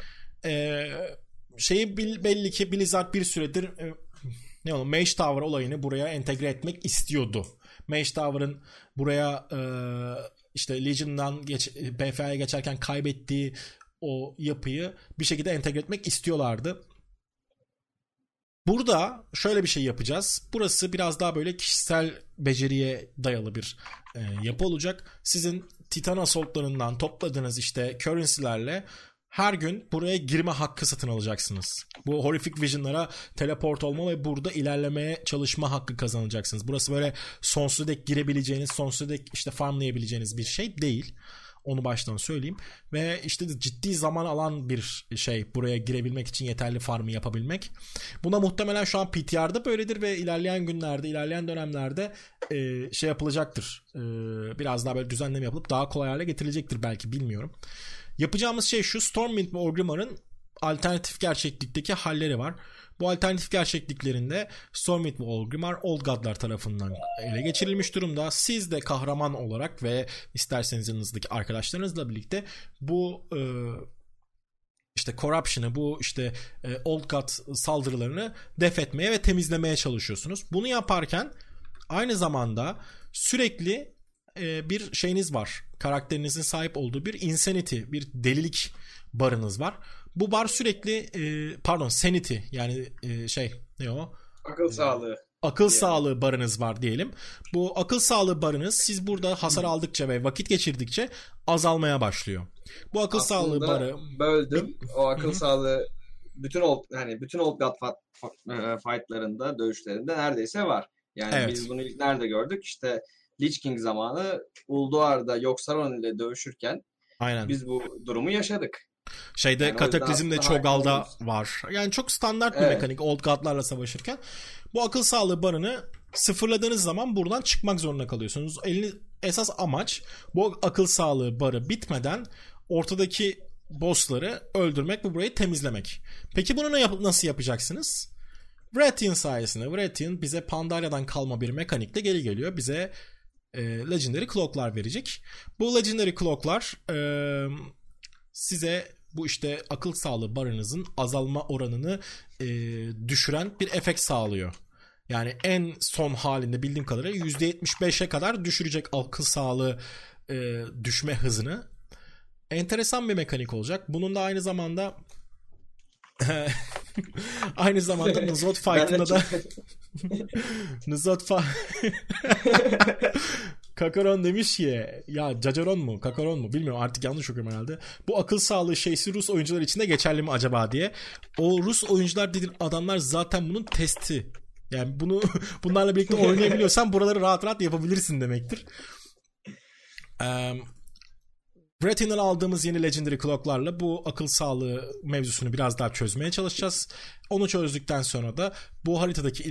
Belli ki Blizzard bir süredir Mage Tower olayını buraya entegre etmek istiyordu. Mage Tower'ın buraya işte Legion'dan BFA'ya geçerken kaybettiği o yapıyı bir şekilde entegre etmek istiyorlardı. Burada şöyle bir şey yapacağız. Burası biraz daha böyle kişisel beceriye dayalı bir yapı olacak. Sizin Titan Assault'larından topladığınız işte currency'lerle her gün buraya girme hakkı satın alacaksınız. Bu Horrific Vision'lara teleport olma ve burada ilerlemeye çalışma hakkı kazanacaksınız. Burası böyle sonsuza dek girebileceğiniz, sonsuza dek işte farmlayabileceğiniz bir şey değil. Onu baştan söyleyeyim. Ve işte ciddi zaman alan bir şey buraya girebilmek için yeterli farmı yapabilmek. Buna muhtemelen şu an PTR'da böyledir ve ilerleyen günlerde, ilerleyen dönemlerde şey yapılacaktır. Biraz daha böyle düzenleme yapılıp daha kolay hale getirilecektir belki, bilmiyorum. Yapacağımız şey şu: Stormwind ve Orgrimmar'ın alternatif gerçeklikteki halleri var. Bu alternatif gerçekliklerinde Stormwind ve Orgrimmar Old God'lar tarafından ele geçirilmiş durumda. Siz de kahraman olarak ve isterseniz yanınızdaki arkadaşlarınızla birlikte bu işte corruption'ı, bu işte Old God saldırılarını def etmeye ve temizlemeye çalışıyorsunuz. Bunu yaparken aynı zamanda sürekli bir şeyiniz var. Karakterinizin sahip olduğu bir insanity, bir delilik barınız var. Bu bar sürekli sanity, yani ne o? Akıl sağlığı. Akıl sağlığı barınız var diyelim. Bu akıl sağlığı barınız siz burada hasar aldıkça ve vakit geçirdikçe azalmaya başlıyor. Bu akıl sağlığı barı böldüm. O akıl sağlığı bütün Old God fightlarında, dövüşlerinde neredeyse var. Yani evet. Biz bunu ilk nerede gördük? İşte Lich King zamanı Ulduar'da Yogg-Saron ile dövüşürken aynen. Biz bu durumu yaşadık. Yani Kataklizm'de Cho'Gall'da var. Yani çok standart bir mekanik Old God'larla savaşırken. Bu akıl sağlığı barını sıfırladığınız zaman buradan çıkmak zorunda kalıyorsunuz. Esas amaç bu akıl sağlığı barı bitmeden ortadaki bossları öldürmek ve burayı temizlemek. Peki bunu nasıl yapacaksınız? Wrathion sayesinde. Wrathion bize Pandalia'dan kalma bir mekanikle geri geliyor. Bize Legendary Cloak'lar verecek. Bu Legendary Cloak'lar size bu işte akıl sağlığı barınızın azalma oranını düşüren bir efekt sağlıyor. Yani en son halinde bildiğim kadarıyla %75'e kadar düşürecek akıl sağlığı düşme hızını. Enteresan bir mekanik olacak. Bunun da aynı zamanda Nuzot Fight'ında da Nuzot Kakaron demiş ki ya Cacaron mu Kakaron mu bilmiyorum, artık yanlış okuyorum herhalde. Bu akıl sağlığı şeysi Rus oyuncular için de geçerli mi acaba diye. O Rus oyuncular dediğin adamlar zaten bunun testi. Yani bunlarla birlikte oynayabiliyorsan buraları rahat rahat yapabilirsin demektir. Wrathion'dan aldığımız yeni Legendary Cloak'larla bu akıl sağlığı mevzusunu biraz daha çözmeye çalışacağız. Onu çözdükten sonra da bu haritadaki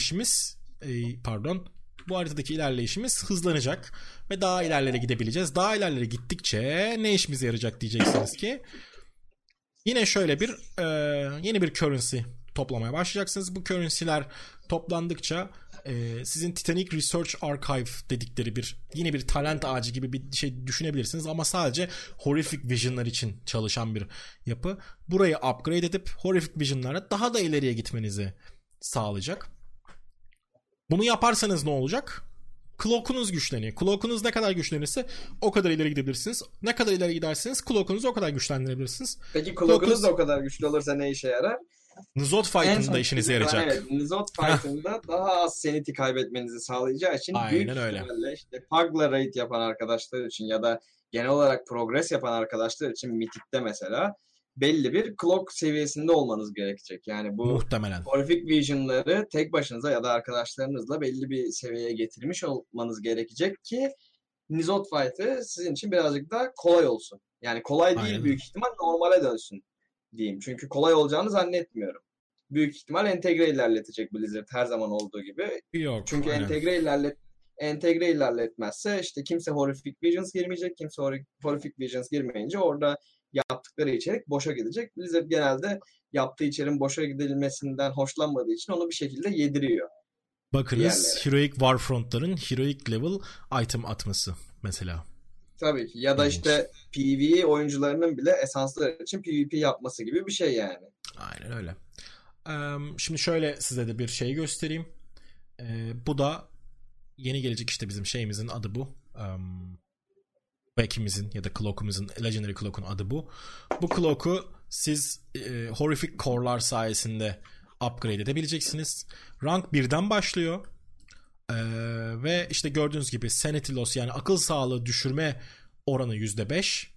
ilerleyişimiz hızlanacak ve daha ilerlere gidebileceğiz. Daha ilerlere gittikçe ne işimize yarayacak diyeceksiniz ki yine şöyle bir yeni bir currency toplamaya başlayacaksınız. Bu currency'ler toplandıkça sizin Titanic Research Archive dedikleri yine bir talent ağacı gibi bir şey düşünebilirsiniz ama sadece Horrific Vision'lar için çalışan bir yapı. Burayı upgrade edip Horrific Vision'lara daha da ileriye gitmenizi sağlayacak. Bunu yaparsanız ne olacak? Cloak'unuz güçleniyor. Cloak'unuz ne kadar güçlenirse o kadar ileri gidebilirsiniz. Ne kadar ileri giderseniz Cloak'unuzu o kadar güçlendirebilirsiniz. Peki Cloak'unuz da o kadar güçlü olursa ne işe yarar? Nuzot Fight'ında işinize yarayacak. Evet, Nuzot Fight'ında daha az sanity kaybetmenizi sağlayacağı için büyük ihtimalle işte Pug'la raid yapan arkadaşlar için ya da genel olarak progress yapan arkadaşlar için Mythic'te mesela belli bir cloak seviyesinde olmanız gerekecek. Yani bu muhtemelen Horrific Vision'ları tek başınıza ya da arkadaşlarınızla belli bir seviyeye getirmiş olmanız gerekecek ki Nuzot Fight'ı sizin için birazcık daha kolay olsun. Yani kolay değil, büyük ihtimal normale dönsün diyeyim. Çünkü kolay olacağını zannetmiyorum. Büyük ihtimal entegre ilerletecek Blizzard her zaman olduğu gibi. Yok. Çünkü entegre ilerletmezse işte kimse Horrific Visions girmeyecek. Kimse Horrific Visions girmeyince orada yaptıkları içerik boşa gidecek. Blizzard genelde yaptığı içeriğin boşa gidilmesinden hoşlanmadığı için onu bir şekilde yediriyor. Bakınız Heroic Warfront'ların Heroic Level item atması mesela. Tabii ki. Ya da işte PvE oyuncularının bile esanslar için PvP yapması gibi bir şey yani. Aynen öyle. Şimdi şöyle size de bir şey göstereyim. Bu da yeni gelecek işte bizim şeyimizin adı bu. Back'imizin ya da Cloak'umuzun, Legendary Cloak'un adı bu. Bu Cloak'u siz Horrific Core'lar sayesinde upgrade edebileceksiniz. Rank 1'den başlıyor. Ve işte gördüğünüz gibi sanity loss, yani akıl sağlığı düşürme oranı %5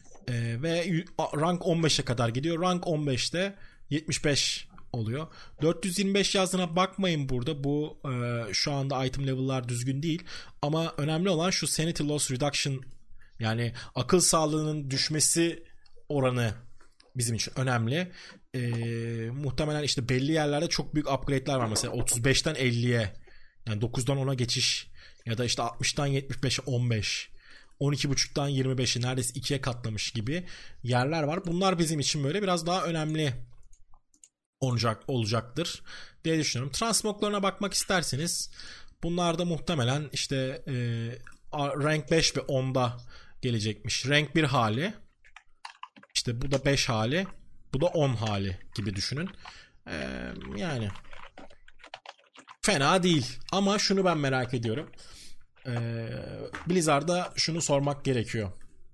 ve rank 15'e kadar gidiyor. Rank 15'te 75 oluyor. 425 yazdığına bakmayın burada. Bu şu anda item level'lar düzgün değil. Ama önemli olan şu sanity loss reduction, yani akıl sağlığının düşmesi oranı bizim için önemli. Muhtemelen işte belli yerlerde çok büyük upgrade'ler var. Mesela 35'ten 50'ye, yani 9'dan 10'a geçiş ya da işte 60'tan 75'e 15. 12.5'tan 25'i neredeyse 2'ye katlamış gibi yerler var. Bunlar bizim için böyle biraz daha önemli olacaktır diye düşünüyorum. Transmoglarına bakmak isterseniz bunlar da muhtemelen işte rank 5 ve 10'da gelecekmiş. Rank 1 hali, işte bu da 5 hali, bu da 10 hali gibi düşünün. Yani fena değil ama şunu ben merak ediyorum. Blizzard'a şunu sormak gerekiyor.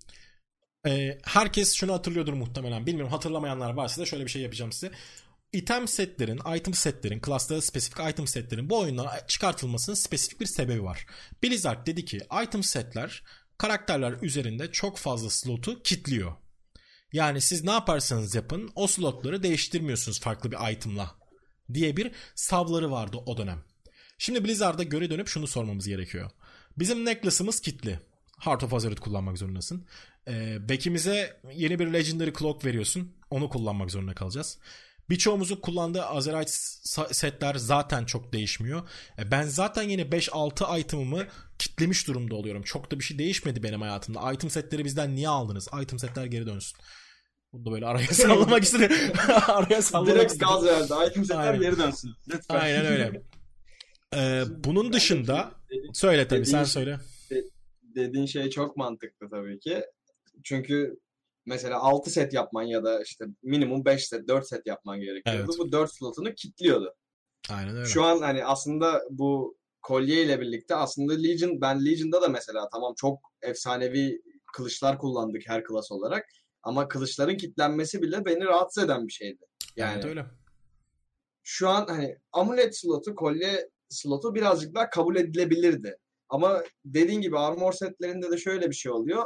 Herkes şunu hatırlıyordur muhtemelen. Bilmiyorum, hatırlamayanlar varsa da şöyle bir şey yapacağım size. Item setlerin, class'ta spesifik item setlerin bu oyundan çıkartılmasının spesifik bir sebebi var. Blizzard dedi ki item setler karakterler üzerinde çok fazla slotu kilitliyor. Yani siz ne yaparsanız yapın o slotları değiştirmiyorsunuz farklı bir item'la diye bir savları vardı o dönem. Şimdi Blizzard'a göre dönüp şunu sormamız gerekiyor. Bizim necklace'ımız kilitli. Heart of Azeroth kullanmak zorundasın. Back'imize yeni bir Legendary Cloak veriyorsun. Onu kullanmak zorunda kalacağız. Birçoğumuzun kullandığı Azerite setler zaten çok değişmiyor. Ben zaten yeni 5-6 item'ımı kitlemiş durumda oluyorum. Çok da bir şey değişmedi benim hayatımda. Item setleri bizden niye aldınız? Item setler geri dönsün. Bunu da böyle araya sallamak istedim. Araya sallamak direkt istedim. gaz verdi. Item setler geri dönsün. Lütfen. Aynen öyle. Bunun dışında söyle tabii sen söyle. Dediğin şey çok mantıklı tabii ki. Çünkü mesela 6 set yapman ya da işte minimum 5 set, 4 set yapman gerekiyordu. Evet. Bu 4 slotunu kilitliyordu. Aynen öyle. Şu an hani aslında bu kolye ile birlikte aslında ben Legion'da da mesela tamam çok efsanevi kılıçlar kullandık her klas olarak. Ama kılıçların kilitlenmesi bile beni rahatsız eden bir şeydi. Yani evet öyle. Şu an hani amulet slotu, kolye slotu birazcık daha kabul edilebilirdi. Ama dediğin gibi armor setlerinde de şöyle bir şey oluyor.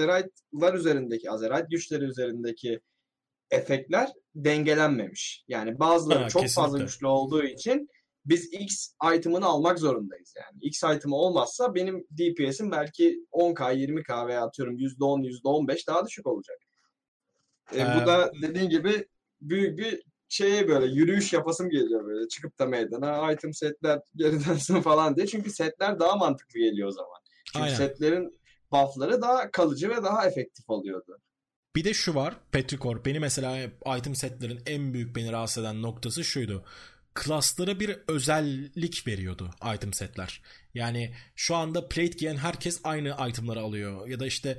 Azerite güçleri üzerindeki efektler dengelenmemiş. Yani bazıları çok kesinlikle fazla güçlü olduğu için biz X item'ını almak zorundayız yani. X item'ı olmazsa benim DPS'im belki 10k, 20k veya atıyorum %10, %15 daha düşük olacak. Bu da dediğin gibi büyük bir şeye böyle yürüyüş yapasım geliyor böyle. Çıkıp da meydana item setler geri dönsün falan diye. Çünkü setler daha mantıklı geliyor o zaman. Çünkü setlerin buff'ları daha kalıcı ve daha efektif oluyordu. Bir de şu var. Petrichor. Beni mesela item setlerin en büyük beni rahatsız eden noktası şuydu. Klaslara bir özellik veriyordu item setler. Yani şu anda plate giyen herkes aynı itemları alıyor. Ya da işte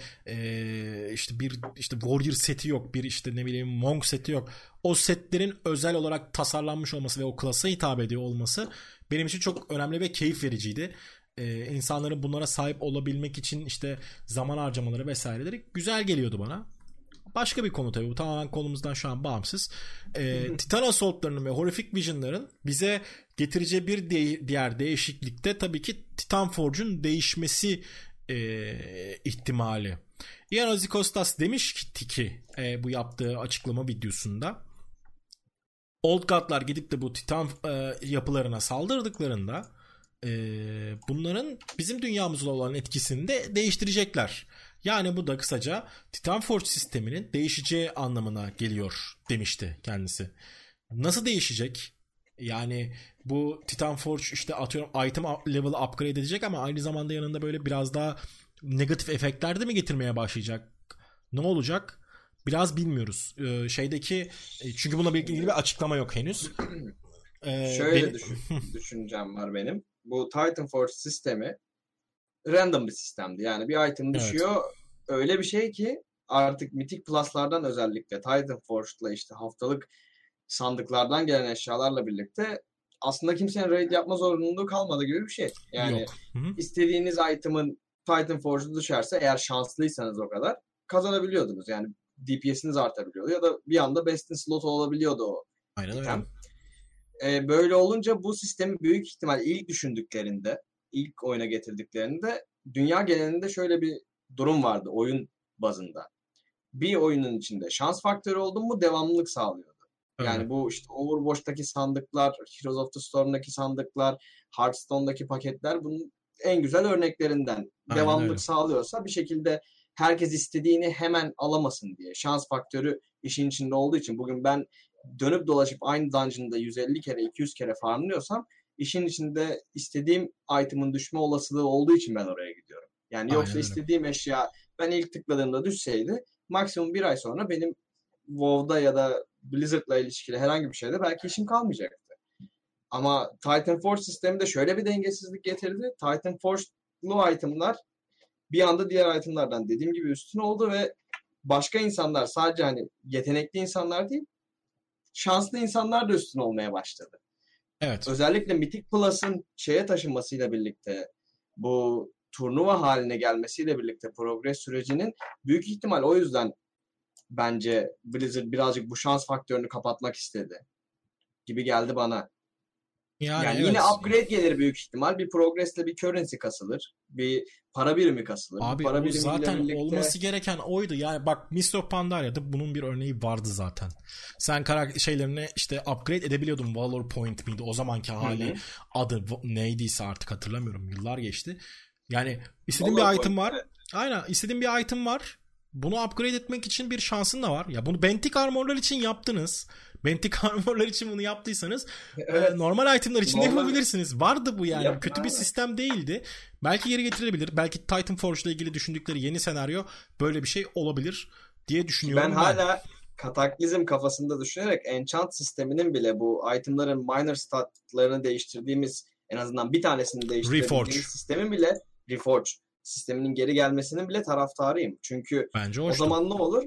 bir warrior seti yok. Bir işte ne bileyim monk seti yok. O setlerin özel olarak tasarlanmış olması ve o klasa hitap ediyor olması benim için çok önemli ve keyif vericiydi. İnsanların bunlara sahip olabilmek için işte zaman harcamaları vesaireleri güzel geliyordu bana. Başka bir konu tabii bu, tamamen konumuzdan şu an bağımsız. Titan Assault'larının ve Horrific Vision'ların bize getireceği bir diğer değişiklikte tabii ki Titan Forge'un değişmesi ihtimali. Ian Ozikostas demiş ki bu yaptığı açıklama videosunda Old God'lar gidip de bu Titan yapılarına saldırdıklarında bunların bizim dünyamızda olan etkisini de değiştirecekler. Yani bu da kısaca Titan Forge sisteminin değişeceği anlamına geliyor demişti kendisi. Nasıl değişecek? Yani bu Titan Forge işte atıyorum item level'ı upgrade edecek ama aynı zamanda yanında böyle biraz daha negatif efektler de mi getirmeye başlayacak? Ne olacak? Biraz bilmiyoruz. Çünkü bununla ilgili bir açıklama yok henüz. Şöyle düşüncem var benim. Bu Titan Forge sistemi random bir sistemdi. Yani bir item düşüyor. Evet. Öyle bir şey ki artık Mythic Plus'lardan özellikle Titan Forge'la işte haftalık sandıklardan gelen eşyalarla birlikte aslında kimsenin raid yapma zorunluluğu kalmadı gibi bir şey. Yani istediğiniz item'ın Titan Forge'u düşerse eğer şanslıysanız o kadar kazanabiliyordunuz. Yani DPS'iniz artabiliyordu ya da bir anda best'in slotu olabiliyordu o. Aynen öyle. Böyle olunca bu sistemi büyük ihtimal ilk oyuna getirdiklerinde dünya genelinde şöyle bir durum vardı oyun bazında. Bir oyunun içinde şans faktörü oldu mu devamlılık sağlıyordu. Yani bu işte Overwatch'taki sandıklar, Heroes of the Storm'daki sandıklar, Hearthstone'daki paketler bunun en güzel örneklerinden. Aynen devamlılık öyle. Sağlıyorsa bir şekilde herkes istediğini hemen alamasın diye. Şans faktörü işin içinde olduğu için bugün ben dönüp dolaşıp aynı dungeon'da 150 kere 200 kere farmlıyorsam işin içinde istediğim item'ın düşme olasılığı olduğu için ben oraya gidiyorum. Yani Aynen yoksa öyle. istediğim eşya ben ilk tıkladığımda düşseydi maksimum bir ay sonra benim WoW'da ya da Blizzard'la ilişkili herhangi bir şeyde belki işim kalmayacaktı. Ama Titan Forge sistemi de şöyle bir dengesizlik getirdi. Titan Forge'lu itemlar bir anda diğer itemlardan dediğim gibi üstün oldu ve başka insanlar sadece hani yetenekli insanlar değil, şanslı insanlar da üstün olmaya başladı. Evet. Özellikle Mythic Plus'ın şeye taşınmasıyla birlikte bu turnuva haline gelmesiyle birlikte progres sürecinin büyük ihtimal o yüzden bence Blizzard birazcık bu şans faktörünü kapatmak istedi gibi geldi bana. Yani Yani yine evet. upgrade gelir büyük ihtimal. Bir progress'le bir currency kasılır. Bir para birimi kasılır. Bu Abi para o birimiyle zaten birlikte olması gereken oydu. Yani bak Mist of Pandaria'da bunun bir örneği vardı zaten. Sen şeylerini işte upgrade edebiliyordun. Valor Point miydi? O zamanki hali adı neydiyse artık hatırlamıyorum. Yıllar geçti. Yani istediğin Valor bir Point, item var. evet. Aynen istediğin bir item var. Bunu upgrade etmek için bir şansın da var. Ya bunu Bentik Armor'lar için yaptınız. Bentik Armor'lar için bunu yaptıysanız Evet. normal itemler için de Normal yapabilirsiniz. Vardı bu yani. yapın Kötü bir abi. sistem değildi. Belki geri getirilebilir. Belki Titan Forge ile ilgili düşündükleri yeni senaryo böyle bir şey olabilir diye düşünüyorum Ben hala kataklizm kafasında düşünerek enchant sisteminin bile bu itemların minor statlarını değiştirdiğimiz en azından bir tanesini Reforge. değiştirebildiğimiz sistemin bile Reforge sisteminin geri gelmesinin bile taraftarıyım. Çünkü Bence o hoştu. zaman ne olur?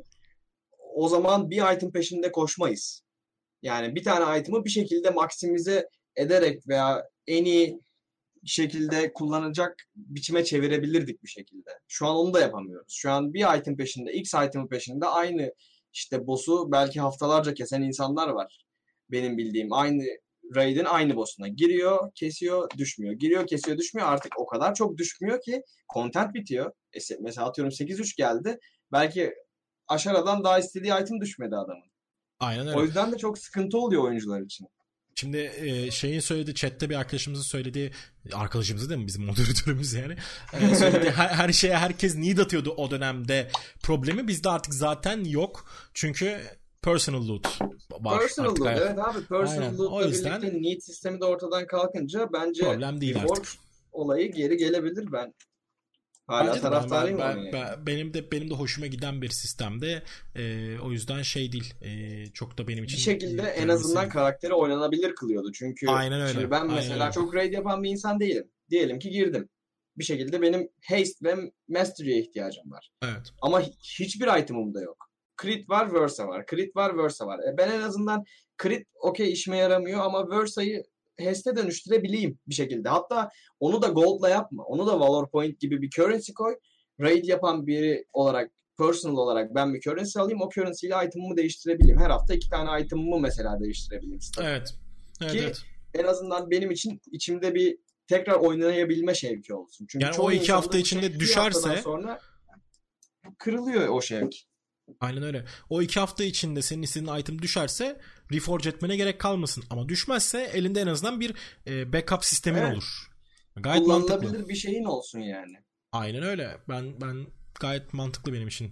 O zaman bir item peşinde koşmayız. Yani bir tane item'ı bir şekilde maksimize ederek veya en iyi şekilde kullanacak biçime çevirebilirdik bir şekilde. Şu an onu da yapamıyoruz. Şu an bir item peşinde, X item'ı peşinde aynı işte boss'u belki haftalarca kesen insanlar var. Benim bildiğim aynı raid'in aynı boss'una giriyor, kesiyor, düşmüyor. Giriyor, kesiyor, düşmüyor. Artık o kadar çok düşmüyor ki content bitiyor. Mesela atıyorum 8-3 geldi. Belki Ashara'dan daha istediği item düşmedi adamın. Aynen öyle. O yüzden de çok sıkıntı oluyor oyuncular için. Şimdi şeyin söylediği chatte bir arkadaşımızın söylediği arkadaşımız değil mi bizim moderatörümüz yani söylediği her şeye herkes need atıyordu o dönemde problemi bizde artık zaten yok çünkü personal loot var Personal artık. loot, evet abi. Personal Aynen. loot'la O yüzden birlikte need sistemi de ortadan kalkınca bence problem değil reward artık. olayı geri gelebilir. Ben hala Bence de taraftarıyım onun yani. benim de hoşuma giden bir sistemde o yüzden şey değil çok da benim için Bir şekilde en azından karakteri oynanabilir kılıyordu. Çünkü aynen öyle. şimdi ben mesela çok raid yapan bir insan değilim. Diyelim ki girdim. Bir şekilde benim haste ve mastery'e ihtiyacım var. Evet. Ama hiçbir item'ım da yok. Crit var, Versa var. Crit var, Versa var. Ben en azından crit okey işime yaramıyor ama Versa'yı haste'e dönüştürebileyim bir şekilde. Hatta onu da gold'la yapma. Onu da Valor Point gibi bir currency koy. Raid yapan biri olarak, personal olarak ben bir currency alayım. O currency ile item'ımı değiştirebileyim. Her hafta 2 tane item'ımı mesela değiştirebileyim. Evet. Ki Evet. en azından benim için içimde bir tekrar oynayabilme şevki olsun. Çünkü yani o 2 hafta içinde düşerse sonra kırılıyor o şevk. Aynen öyle. O 2 hafta içinde senin istediğin item düşerse reforge etmene gerek kalmasın. Ama düşmezse elinde en azından bir backup sistemin olur. Gayet kullanılabilir mantıklı. Bir şeyin olsun yani. Aynen öyle. Ben gayet mantıklı benim için.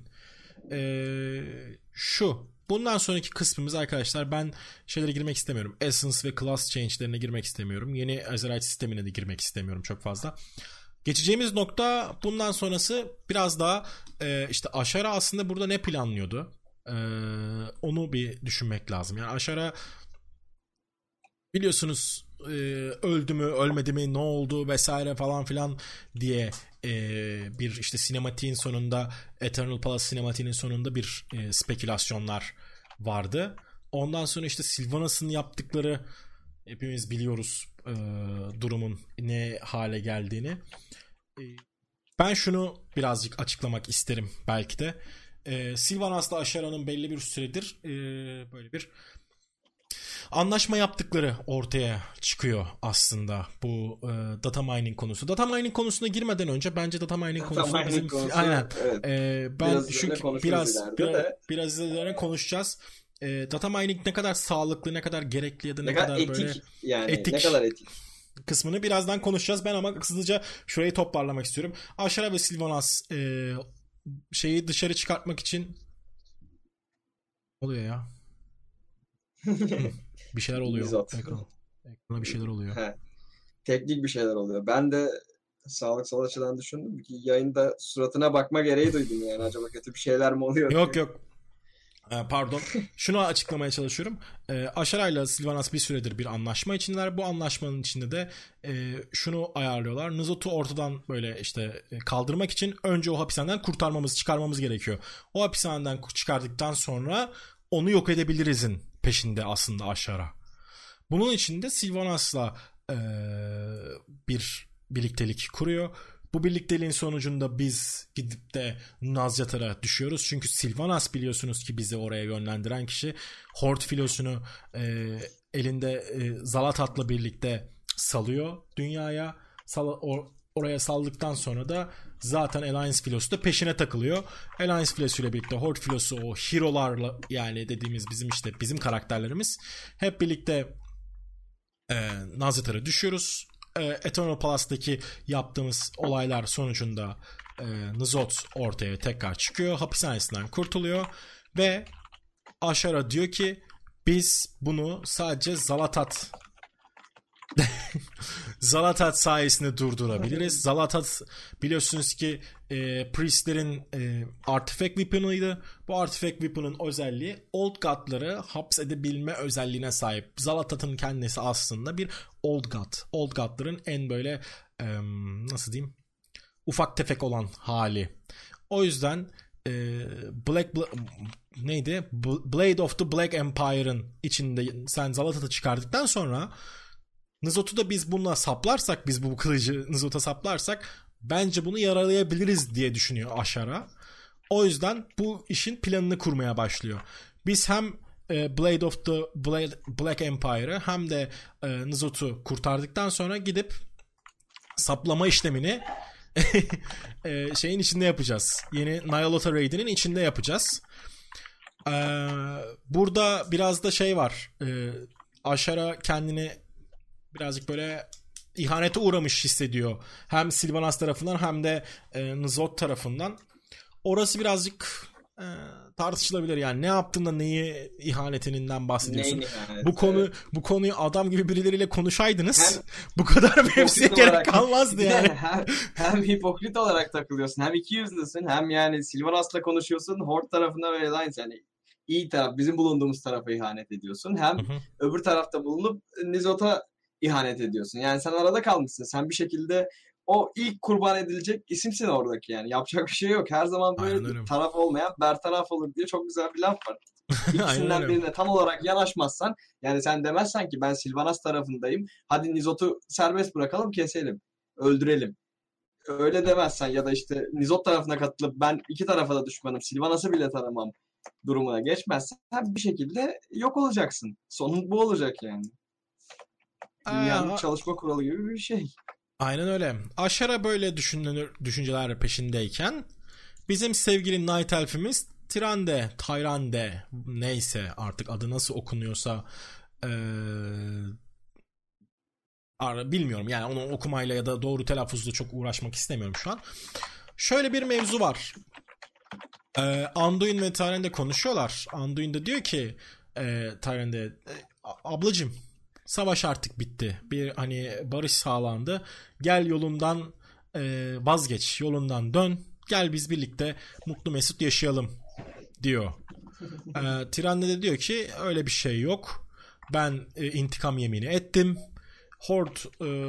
Bundan sonraki kısmımız arkadaşlar ben şeylere girmek istemiyorum. Essence ve class change'lerine girmek istemiyorum. Yeni Azerite sistemine de girmek istemiyorum çok fazla. Geçeceğimiz nokta bundan sonrası biraz daha işte Ashara aslında burada ne planlıyordu? Onu bir düşünmek lazım. Yani Ashara biliyorsunuz öldü mü ölmedi mi ne oldu vesaire falan filan diye bir işte sinematiğin sonunda Eternal Palace sinematiğinin sonunda bir spekülasyonlar vardı. Ondan sonra işte Sylvanas'ın yaptıkları hepimiz biliyoruz durumun ne hale geldiğini. Ben şunu birazcık açıklamak isterim belki de. Sylvanas'la Ashara'nın belli bir süredir böyle bir anlaşma yaptıkları ortaya çıkıyor aslında bu data mining konusu. Data mining konusuna girmeden önce bence data mining konusunu bizim aynen evet. ben biraz çünkü biraz üzerine konuşacağız. Data mining ne kadar sağlıklı, ne kadar gerekli ya da ne kadar etik, böyle yani etik ne kadar etik kısmını birazdan konuşacağız. Ben ama hızlıca şurayı toparlamak istiyorum. Ashara ve Sylvanas şeyi dışarı çıkartmak için oluyor ya. Bir şeyler oluyor. Ekrana bir şeyler oluyor. Teknik bir şeyler oluyor. Ben de Sağlık sol açıdan düşündüm ki yayında suratına bakma gereği duydum yani. Acaba kötü bir şeyler mi oluyor Yok diye. yok. Pardon. Şunu açıklamaya çalışıyorum. Ashara ile Sylvanas bir süredir bir anlaşma içindeler. Bu anlaşmanın içinde de şunu ayarlıyorlar. Nizot'u ortadan böyle işte kaldırmak için önce o hapishaneden çıkarmamız gerekiyor. O hapishaneden çıkardıktan sonra onu yok edebilirizin peşinde aslında Ashara. Bunun için de Sylvanas'la bir birliktelik kuruyor. Bu birlikteliğin sonucunda biz gidip de Nazyatar'a düşüyoruz. Çünkü Sylvanas biliyorsunuz ki bizi oraya yönlendiren kişi. Horde filosunu elinde Zalatat'la birlikte salıyor dünyaya. Oraya saldıktan sonra da zaten Alliance filosu da peşine takılıyor. Alliance filosuyla birlikte Horde filosu o hero'larla yani dediğimiz bizim karakterlerimiz hep birlikte Nazyatar'a düşüyoruz. Eternal Palace'daki yaptığımız olaylar sonucunda Nizot ortaya tekrar çıkıyor. Hapishanesinden kurtuluyor. Ve Ashara diyor ki biz bunu sadece Zalatat sayesinde durdurabiliriz. Zalatat biliyorsunuz ki Priestlerin Artifact Weapon'ıydı. Bu Artifact Weapon'ın özelliği Old God'ları hapsedebilme özelliğine sahip. Zalatat'ın kendisi aslında bir Old God. Old God'ların en böyle nasıl diyeyim ufak tefek olan hali. O yüzden Blade of the Black Empire'ın içinde sen Zalatat'ı çıkardıktan sonra Nizot'u da biz bununla saplarsak, biz bu kılıcı Nizot'a saplarsak bence bunu yaralayabiliriz diye düşünüyor Ashara. O yüzden bu işin planını kurmaya başlıyor. Biz hem Blade of the Black Empire'ı hem de Nizot'u kurtardıktan sonra gidip saplama işlemini şeyin içinde yapacağız. Yeni Nyalotha Raid'inin içinde yapacağız. Burada biraz da şey var. Ashara kendini birazcık böyle ihanete uğramış hissediyor. Hem Sylvanas tarafından hem de Nizot tarafından. Orası birazcık tartışılabilir. Yani ne yaptığında neyi ihanetinden bahsediyorsun? Bu konuyu adam gibi birileriyle konuşaydınız. Bu kadar mevzuya gerek kalmazdı yani. Hem hipokrit olarak takılıyorsun. Hem ikiyüzlüsün. Hem yani Sylvanas'la konuşuyorsun. Horde tarafına böyle aynı yani iyi taraf bizim bulunduğumuz tarafa ihanet ediyorsun. Hem öbür tarafta bulunup Nizot'a ihanet ediyorsun. Yani sen arada kalmışsın. Sen bir şekilde o ilk kurban edilecek isimsin oradaki yani. Yapacak bir şey yok. Her zaman böyle bir taraf olmayan bertaraf olur diye çok güzel bir laf var. İkisinden birine tam olarak yanaşmazsan yani sen demezsen ki ben Sylvanas tarafındayım. Hadi Nizot'u serbest bırakalım keselim. Öldürelim. Öyle demezsen ya da işte Nizot tarafına katılıp ben iki tarafa da düşmanım. Sylvanas'ı bile tanımam durumuna geçmezsen bir şekilde yok olacaksın. Sonun bu olacak yani. Dünyanın çalışma kuralı gibi bir şey. Aynen öyle. Ashara böyle düşünceler peşindeyken bizim sevgili Night Elf'imiz Tyrande neyse artık adı nasıl okunuyorsa bilmiyorum yani onu okumayla ya da doğru telaffuzla çok uğraşmak istemiyorum şu an. Şöyle bir mevzu var. Anduin ve Tyrande konuşuyorlar. Anduin de diyor ki Tyrande ablacım savaş artık bitti. Bir hani barış sağlandı. Gel yolundan vazgeç. Yolundan dön. Gel biz birlikte mutlu mesut yaşayalım diyor. Tyrande de diyor ki öyle bir şey yok. Ben intikam yemini ettim. Horde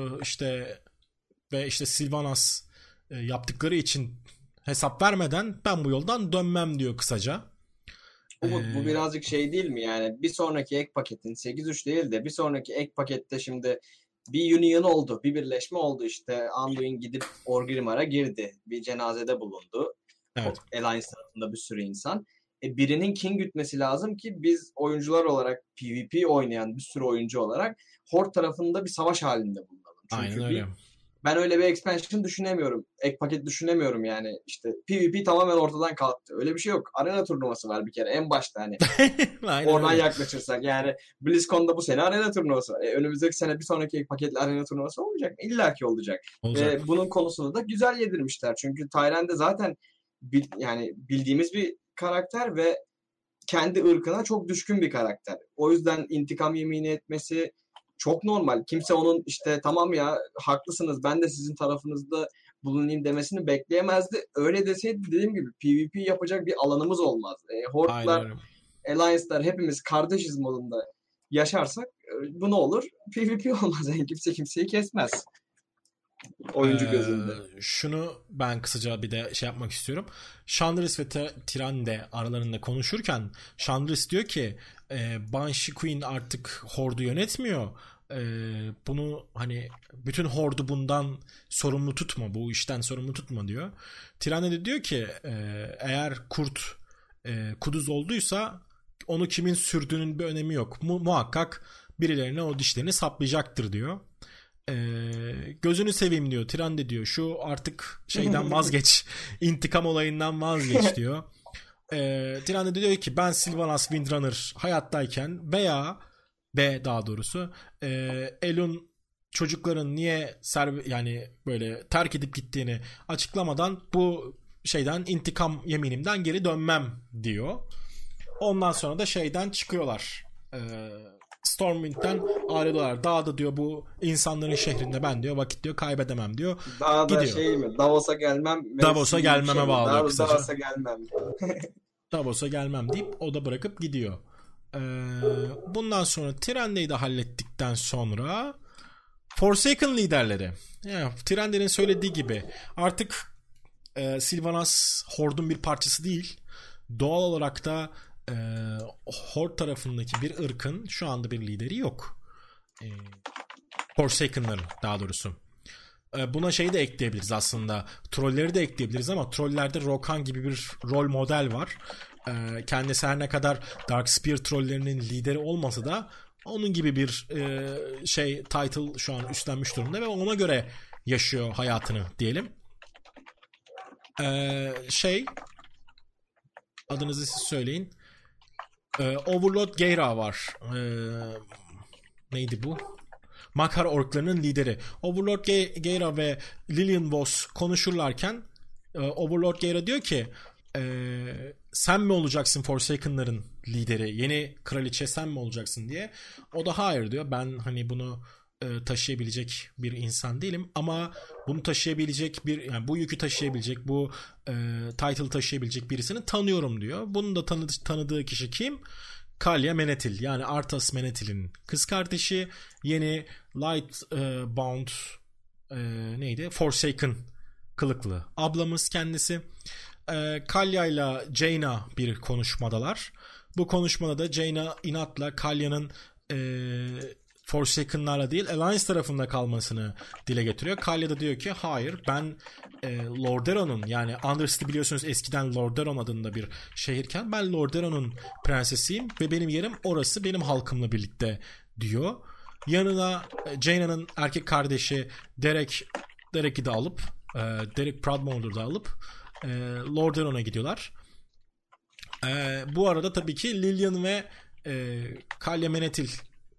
işte Sylvanas yaptıkları için hesap vermeden ben bu yoldan dönmem diyor kısaca. Umut bu birazcık şey değil mi yani bir sonraki ek paketin 8.3 değil de bir sonraki ek pakette şimdi bir union oldu, bir birleşme oldu işte Anduin gidip Orgrimmar'a girdi, bir cenazede bulundu. Evet. Alliance tarafında bir sürü insan. Birinin king gütmesi lazım ki biz oyuncular olarak PvP oynayan bir sürü oyuncu olarak Horde tarafında bir savaş halinde bulunalım. Çünkü aynen öyle. Ben öyle bir expansion düşünemiyorum. Ek paket düşünemiyorum yani. İşte PvP tamamen ortadan kalktı. Öyle bir şey yok. Arena turnuvası var bir kere en başta hani. Oradan öyle yaklaşırsak yani BlizzCon'da bu sene arena turnuvası var. Önümüzdeki sene bir sonraki ek paketle arena turnuvası olmayacak mı? İlla ki olacak. Ve bunun konusunu da güzel yedirmişler. Çünkü Tyrande zaten yani bildiğimiz bir karakter ve kendi ırkına çok düşkün bir karakter. O yüzden intikam yemini etmesi çok normal. Kimse onun işte tamam ya haklısınız ben de sizin tarafınızda bulunayım demesini bekleyemezdi. Öyle deseydi dediğim gibi PvP yapacak bir alanımız olmaz. Horde'lar, Aynen. Alliance'lar hepimiz kardeşiz modunda yaşarsak bu ne olur? PvP olmaz. Yani kimse kimseyi kesmez. Oyuncu gözünde. Şunu ben kısaca bir de şey yapmak istiyorum. Chandris ve Tyrande aralarında konuşurken Chandris diyor ki Banshee Queen artık Horde'u yönetmiyor. Bunu hani bütün Horde'u bundan sorumlu tutma, bu işten sorumlu tutma diyor. Tyrande de diyor ki eğer kurt kuduz olduysa onu kimin sürdüğünün bir önemi yok. Muhakkak birilerine o dişlerini saplayacaktır diyor. Gözünü seveyim diyor. Tyrande diyor şu artık şeyden vazgeç. İntikam olayından vazgeç diyor. Tyrande diyor ki ben Sylvanas Windrunner hayattayken veya daha doğrusu Elun çocukların niye yani böyle terk edip gittiğini açıklamadan bu şeyden intikam yeminimden geri dönmem diyor. Ondan sonra da şeyden çıkıyorlar. Stormwind'den ayrılıyorlar. Dağda diyor bu insanların şehrinde ben diyor vakit diyor kaybedemem diyor. Dağda gidiyor. Şey mi? Davos'a gelmem. Davos'a gelmeme şey bağlı kısaca. Davos'a gelmem. Davos'a gelmem deyip o da bırakıp gidiyor. Bundan sonra Tyrande'yi de hallettikten sonra Forsaken liderleri. Yani Tyrande'nin söylediği gibi artık Sylvanas Horde'un bir parçası değil. Doğal olarak da Horde tarafındaki bir ırkın şu anda bir lideri yok. Forsaken'ların daha doğrusu. Buna şeyi de ekleyebiliriz aslında. Trolleri de ekleyebiliriz ama trollerde Rokan gibi bir rol model var. Kendisi her ne kadar Darkspear trollerinin lideri olmasa da onun gibi bir title şu an üstlenmiş durumda ve ona göre yaşıyor hayatını diyelim. Adınızı siz söyleyin. Overlord Geira var. Neydi bu? Makar orklarının lideri. Overlord Geira ve Lillian Voss konuşurlarken Overlord Geira diyor ki sen mi olacaksın Forsaken'ların lideri? Yeni kraliçe sen mi olacaksın diye. O da hayır diyor. Ben hani bunu taşıyabilecek bir insan değilim ama bunu taşıyabilecek yani bu yükü taşıyabilecek, bu title taşıyabilecek birisini tanıyorum diyor. Bunun da tanıdığı kişi kim? Kalya Menethil, yani Arthas Menethil'in kız kardeşi, yeni Lightbound neydi? Forsaken kılıklı ablamız kendisi. Kalya ile Jaina bir konuşmadalar. Bu konuşmada da Jaina inatla Kalya'nın Forsaken'larla değil Alliance tarafında kalmasını dile getiriyor. Kalya da diyor ki hayır ben Lordaeron'un, yani Undercity biliyorsunuz eskiden Lordaeron adında bir şehirken ben Lordaeron'un prensesiyim ve benim yerim orası, benim halkımla birlikte diyor. Yanına Jaina'nın erkek kardeşi Derek'i de alıp Derek Proudmount'u da alıp Lordaeron'a gidiyorlar. Bu arada tabii ki Lillian ve Kalya Menethil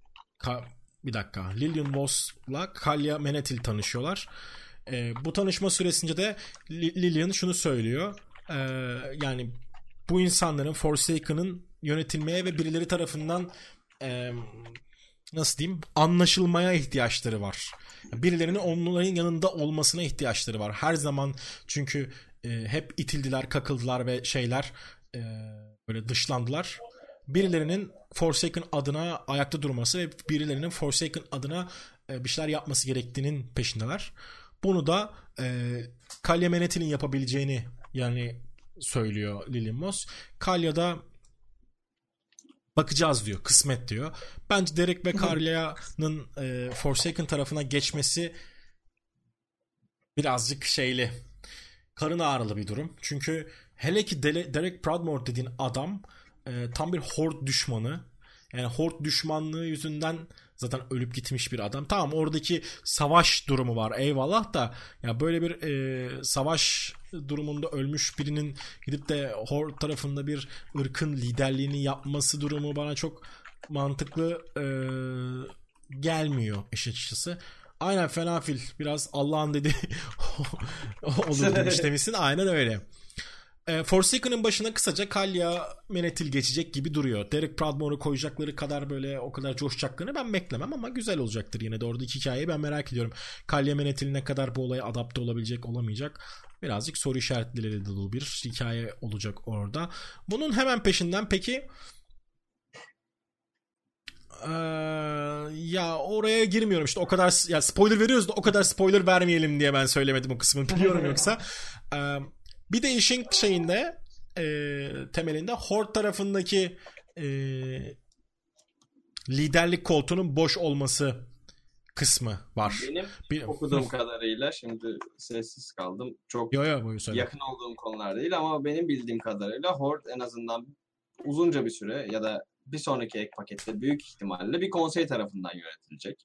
Lillian Voss'la Kalya Menethil tanışıyorlar. Bu tanışma süresince de Lillian şunu söylüyor. Yani bu insanların Forsaken'ın yönetilmeye ve birileri tarafından nasıl diyeyim, anlaşılmaya ihtiyaçları var. Birilerinin onların yanında olmasına ihtiyaçları var. Her zaman çünkü hep itildiler, kakıldılar ve böyle dışlandılar. Birilerinin Forsaken adına ayakta durması ve birilerinin Forsaken adına bir şeyler yapması gerektiğinin peşindeler. Bunu da Kalya Menethil'in yapabileceğini yani söylüyor Lillian Voss. Kalya da bakacağız diyor, kısmet diyor. Bence Derek ve Kalya'nın Forsaken tarafına geçmesi birazcık karın ağrılı bir durum. Çünkü hele ki Derek Proudmoore dediğin adam tam bir Horde düşmanı. Yani Horde düşmanlığı yüzünden zaten ölüp gitmiş bir adam. Tamam, oradaki savaş durumu var, eyvallah da ya böyle bir savaş durumunda ölmüş birinin gidip de Horde tarafında bir ırkın liderliğini yapması durumu bana çok mantıklı gelmiyor iş açıkçası. Aynen, Fenafil biraz Allah'ın dediği olur demiş demişsin. Aynen öyle. Forsaken'ın başına kısaca Kalya Menethil geçecek gibi duruyor. Derek Proudmoore'u koyacakları kadar böyle o kadar coşacaklarını ben beklemem ama güzel olacaktır yine de oradaki hikayeyi ben merak ediyorum. Kalya Menethil ne kadar bu olaya adapte olabilecek olamayacak birazcık soru işaretleriyle dolu bir hikaye olacak orada. Bunun hemen peşinden peki ya oraya girmiyorum işte o kadar ya spoiler veriyoruz da o kadar spoiler vermeyelim diye ben söylemedim o kısmını biliyorum yoksa. Bir de işin şeyinde temelinde Horde tarafındaki liderlik koltuğunun boş olması kısmı var. Benim okuduğum kadarıyla şimdi sessiz kaldım. Çok yo, yakın olduğum konular değil ama benim bildiğim kadarıyla Horde en azından uzunca bir süre ya da bir sonraki ek pakette büyük ihtimalle bir konsey tarafından yönetilecek.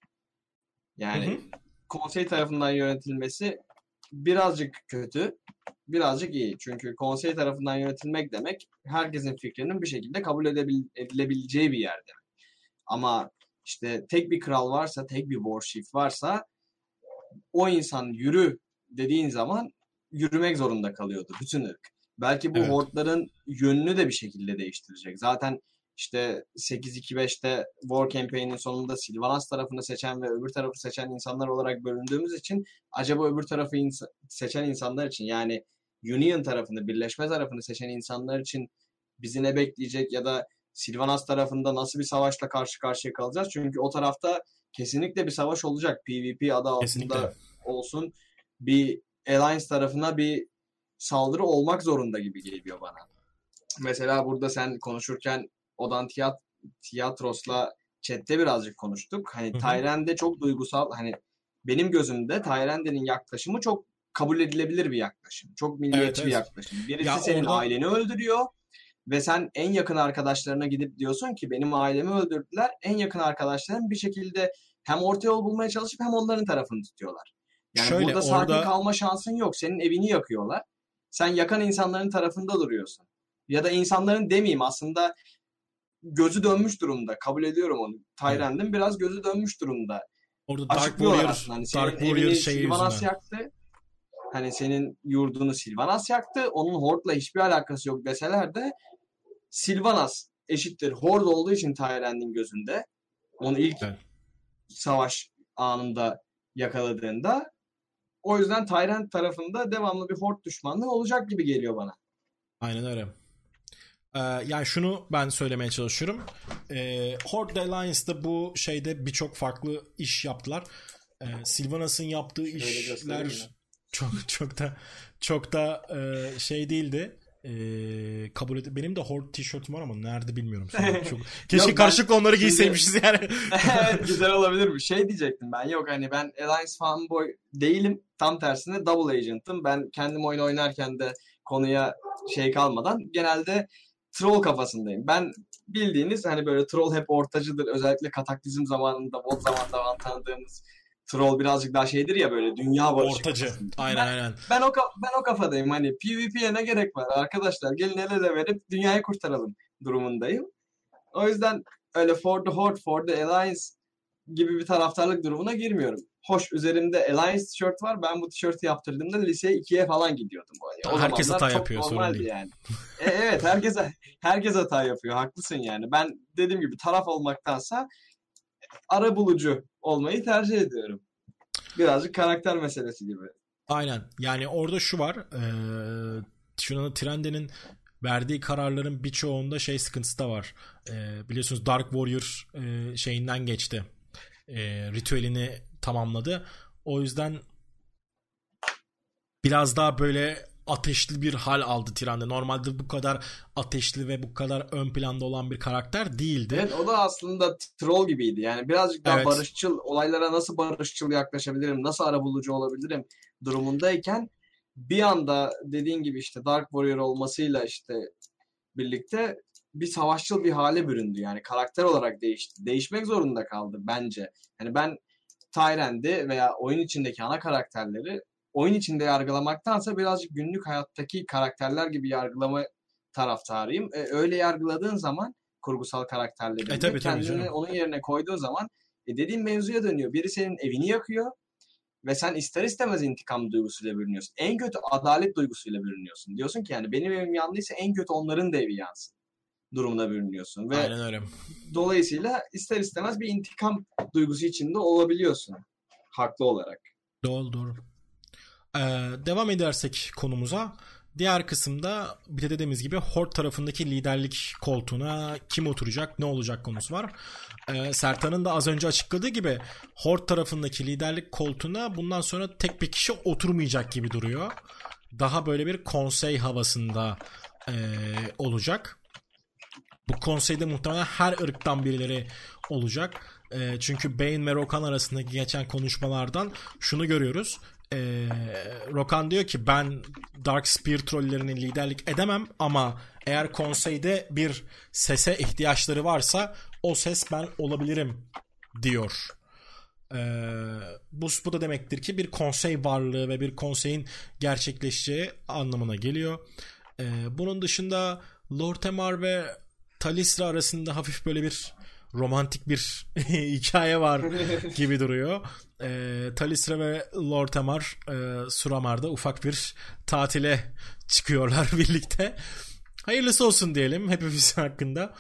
Yani konsey tarafından yönetilmesi birazcık kötü, birazcık iyi. Çünkü konsey tarafından yönetilmek demek herkesin fikrinin bir şekilde kabul edilebileceği bir yer demek. Ama işte tek bir kral varsa, tek bir warchief varsa o insan yürü dediğin zaman yürümek zorunda kalıyordu bütün ırk. Belki bu hortların yönünü de bir şekilde değiştirecek. Zaten işte 8-2-5'te War Campaign'in sonunda Sylvanas tarafını seçen ve öbür tarafı seçen insanlar olarak bölündüğümüz için acaba öbür tarafı seçen insanlar için yani Union tarafını, birleşme tarafını seçen insanlar için bizi ne bekleyecek ya da Sylvanas tarafında nasıl bir savaşla karşı karşıya kalacağız? Çünkü o tarafta kesinlikle bir savaş olacak. PvP adı altında olsun. Bir Alliance tarafına bir saldırı olmak zorunda gibi geliyor bana. Mesela burada sen konuşurken Odan Tiyatros'la chatte birazcık konuştuk. Hani Tyrande çok duygusal, hani benim gözümde Tyrande'nin yaklaşımı çok kabul edilebilir bir yaklaşım. Çok milliyetçi bir yaklaşım. Birisi ya senin aileni öldürüyor ve sen en yakın arkadaşlarına gidip diyorsun ki benim ailemi öldürdüler. En yakın arkadaşların bir şekilde hem orta yol bulmaya çalışıp hem onların tarafını tutuyorlar. Yani burada sakin kalma şansın yok. Senin evini yakıyorlar. Sen yakan insanların tarafında duruyorsun. Ya da insanların demeyeyim aslında gözü dönmüş durumda. Kabul ediyorum onu. Tyrand'in biraz gözü dönmüş durumda. Orada Dark Warrior, hani Dark Warrior Sylvanas yaktı. Hani senin yurdunu Sylvanas yaktı. Onun Horde'la hiçbir alakası yok deseler de Sylvanas eşittir Horde olduğu için Tyrand'in gözünde. Onu ilk savaş anında yakaladığında o yüzden Tyrant tarafında devamlı bir Horde düşmanlığı olacak gibi geliyor bana. Aynen öyle. Yani şunu ben söylemeye çalışıyorum. Horde Alliance'da bu şeyde birçok farklı iş yaptılar. Sylvanas'ın yaptığı işler çok da şey değildi. Kabul et. Benim de Horde tişörtüm var ama nerede bilmiyorum. Keşke karşılıklı onları giyseymişiz yani. Evet, güzel olabilir bir şey diyecektim ben. Yok hani ben Alliance fanboy değilim. Tam tersine Double Agent'ım. Ben kendim oyun oynarken de konuya şey kalmadan genelde troll kafasındayım. Ben bildiğiniz hani böyle troll hep ortacıdır. Özellikle kataklizm zamanında, VOD zamanında tanıdığımız troll birazcık daha şeydir ya böyle dünya barışı. Ortacı. Aynen. Ben o kafadayım. Hani PvP'ye ne gerek var arkadaşlar? Gelin el ele verip dünyayı kurtaralım durumundayım. O yüzden öyle for the Horde, for the Alliance gibi bir taraftarlık durumuna girmiyorum. Hoş üzerimde Alliance tişört var. Ben bu tişörtü yaptırdığımda liseye 2'ye falan gidiyordum. O herkes hata yapıyor. Sorun değil. Yani. Evet herkes hata yapıyor. Haklısın yani. Ben dediğim gibi taraf olmaktansa arabulucu olmayı tercih ediyorum. Birazcık karakter meselesi gibi. Aynen. Yani orada şu var. Şunun Tyrande'nin verdiği kararların birçoğunda şey sıkıntısı da var. Biliyorsunuz Dark Warrior şeyinden geçti. Ritüelini tamamladı. O yüzden biraz daha böyle ateşli bir hal aldı Tyrande. Normalde bu kadar ateşli ve bu kadar ön planda olan bir karakter değildi. Evet, o da aslında troll gibiydi. Yani birazcık daha barışçıl, olaylara nasıl barışçıl yaklaşabilirim, nasıl arabulucu olabilirim durumundayken bir anda dediğin gibi işte Dark Warrior olmasıyla işte birlikte bir savaşçıl bir hale büründü. Yani karakter olarak değişti. Değişmek zorunda kaldı bence. Yani ben Tyrande veya oyun içindeki ana karakterleri oyun içinde yargılamaktansa birazcık günlük hayattaki karakterler gibi yargılama taraftarıyım. Öyle yargıladığın zaman kurgusal karakterleri tabii kendini onun yerine koyduğun zaman dediğin mevzuya dönüyor. Biri senin evini yakıyor. ve sen ister istemez intikam duygusuyla bürünüyorsun. En kötü adalet duygusuyla bürünüyorsun. Diyorsun ki yani benim evim yandıysa en kötü onların da evi yansın durumuna bürünüyorsun. Ve Aynen öyle. dolayısıyla ister istemez bir intikam duygusu içinde olabiliyorsun. Haklı olarak. Doğru. Devam edersek konumuza. Diğer kısımda bir de dediğimiz gibi Horde tarafındaki liderlik koltuğuna kim oturacak, ne olacak konusu var. Sertan'ın da az önce açıkladığı gibi Horde tarafındaki liderlik koltuğuna bundan sonra tek bir kişi oturmayacak gibi duruyor. Daha böyle bir konsey havasında olacak. Bu konseyde muhtemelen her ırktan birileri olacak. Çünkü Bane ve Rokan arasındaki geçen konuşmalardan şunu görüyoruz. Rokan diyor ki ben Darkspear trollerinin liderlik edemem ama eğer konseyde bir sese ihtiyaçları varsa o ses ben olabilirim diyor. Bu da demektir ki bir konsey varlığı ve bir konseyin gerçekleşeceği anlamına geliyor. Bunun dışında Lortemar ve Talisra arasında hafif böyle bir romantik bir hikaye var gibi duruyor. Talisra ve Lortemar Suramar'da ufak bir tatile çıkıyorlar birlikte. Hayırlısı olsun diyelim hepimiz hakkında.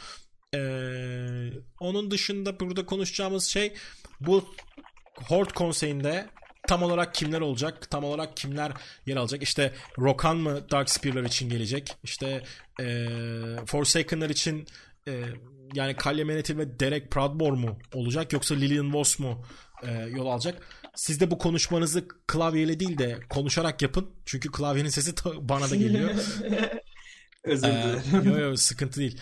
Onun dışında burada konuşacağımız şey bu Horde konseyinde tam olarak kimler olacak? Tam olarak kimler yer alacak? İşte Rokan mı Darkspear'lar için gelecek? İşte Forsaken'lar için yani Kalya Menethil ve Derek Proudmore mu olacak? Yoksa Lillian Voss mu yol alacak? Siz de bu konuşmanızı klavyeyle değil de konuşarak yapın. Çünkü klavyenin sesi bana da geliyor. Özür dilerim. Yok sıkıntı değil.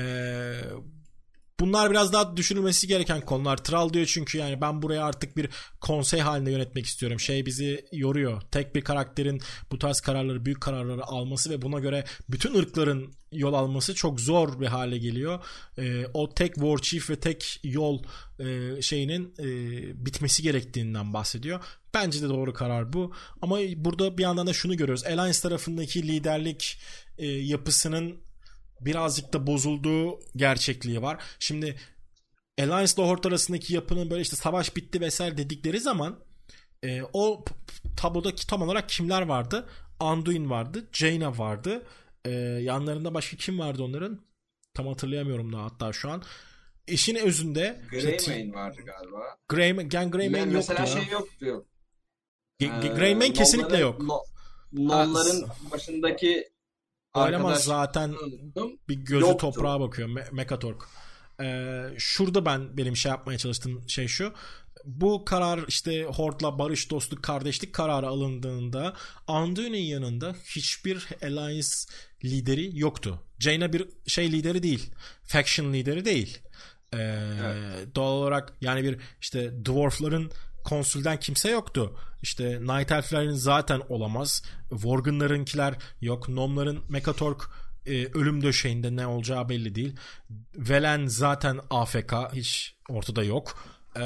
Bunlar biraz daha düşünülmesi gereken konular. Tral diyor çünkü yani ben buraya artık bir konsey halinde yönetmek istiyorum. Bizi yoruyor. Tek bir karakterin bu tarz kararları, büyük kararları alması ve buna göre bütün ırkların yol alması çok zor bir hale geliyor. O tek War Chief ve tek yol şeyinin bitmesi gerektiğinden bahsediyor. Bence de doğru karar bu. Ama burada bir yandan da şunu görüyoruz. Alliance tarafındaki liderlik yapısının birazcık da bozulduğu gerçekliği var. Şimdi Alliance ile Horde arasındaki yapının böyle işte savaş bitti vesaire dedikleri zaman o tablodaki tam olarak kimler vardı? Anduin vardı, Jaina vardı. Yanlarında başka kim vardı onların? Tam hatırlayamıyorum da hatta şu an. İşin özünde Greymane vardı galiba. Greymane yoktu mesela ya. Yoktu. Greymane kesinlikle yok. Nolların başındaki oynamaz zaten bir gözü yoktu. Toprağa bakıyor. Mekatork. Şurada benim yapmaya çalıştığım şey şu. Bu karar işte Horde'la barış, dostluk, kardeşlik kararı alındığında Anduin'in yanında hiçbir Alliance lideri yoktu. Jaina bir lideri değil. Faction lideri değil. Evet. Doğal olarak yani bir işte Dwarf'ların konsülden kimse yoktu. İşte Night Elf'lerin zaten olamaz. Worgen'larınkiler yok. Gnomların Mekatork ölüm döşeğinde ne olacağı belli değil. Velen zaten AFK. Hiç ortada yok.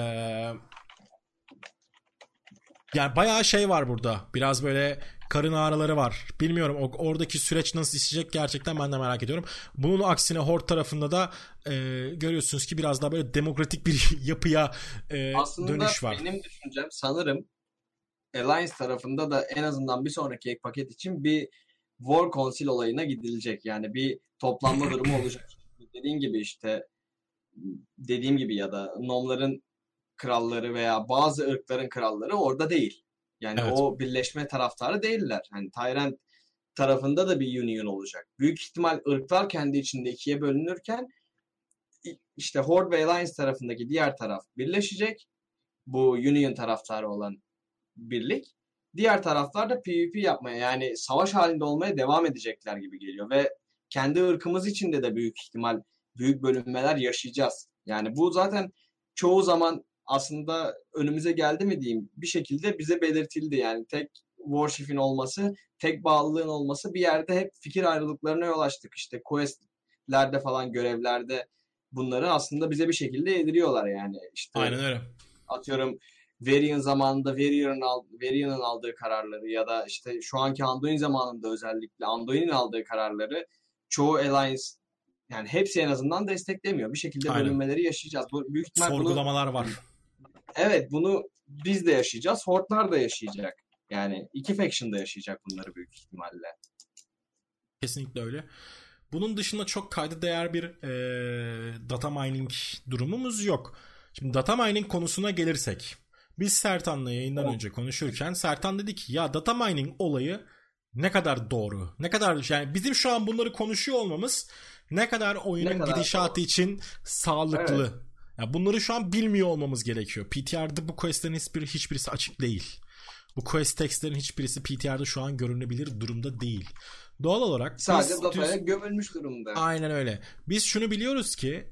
Yani bayağı var burada. Biraz böyle karın ağrıları var. Bilmiyorum oradaki süreç nasıl işleyecek gerçekten ben de merak ediyorum. Bunun aksine Horde tarafında da görüyorsunuz ki biraz daha böyle demokratik bir yapıya dönüş var. Aslında benim düşüncem sanırım Alliance tarafında da en azından bir sonraki ek paket için bir War Council olayına gidilecek. Yani bir toplanma durumu olacak. Dediğim gibi ya da Nomların kralları veya bazı ırkların kralları orada değil. Yani evet. O birleşme taraftarı değiller. Hani Tyrant tarafında da bir union olacak. Büyük ihtimal ırklar kendi içinde ikiye bölünürken işte Horde ve Alliance tarafındaki diğer taraf birleşecek. Bu union taraftarı olan birlik. Diğer taraflar da PvP yapmaya yani savaş halinde olmaya devam edecekler gibi geliyor ve kendi ırkımız içinde de büyük ihtimal büyük bölünmeler yaşayacağız. Yani bu zaten çoğu zaman aslında önümüze geldi mi diyeyim bir şekilde bize belirtildi. Yani tek Warchief'in olması, tek bağlılığın olması bir yerde hep fikir ayrılıklarına yol açtık. İşte questlerde falan görevlerde bunları aslında bize bir şekilde yediriyorlar yani. İşte aynen öyle. Atıyorum Varian zamanında Varian'ın aldığı kararları ya da işte şu anki Anduin zamanında özellikle Anduin'in aldığı kararları çoğu Alliance yani hepsi en azından desteklemiyor. Bir şekilde bölünmeleri yaşayacağız. Bu büyük ihtimal sorgulamalar var. Evet bunu biz de yaşayacağız. Hort'lar da yaşayacak. Yani iki faction da yaşayacak bunları büyük ihtimalle. Kesinlikle öyle. Bunun dışında çok kayda değer bir data mining durumumuz yok. Şimdi data mining konusuna gelirsek. Biz Sertan'la yayından önce konuşurken Sertan dedi ki ya data mining olayı ne kadar doğru? Ne kadar, yani bizim şu an bunları konuşuyor olmamız ne kadar oyunun gidişatı için sağlıklı. Evet. Ya bunları şu an bilmiyor olmamız gerekiyor. PTR'da bu questlerin hiçbirisi açık değil. Bu quest textlerin hiçbirisi PTR'da şu an görünebilir durumda değil. Doğal olarak sadece dataya gömülmüş durumda. Aynen öyle. Biz şunu biliyoruz ki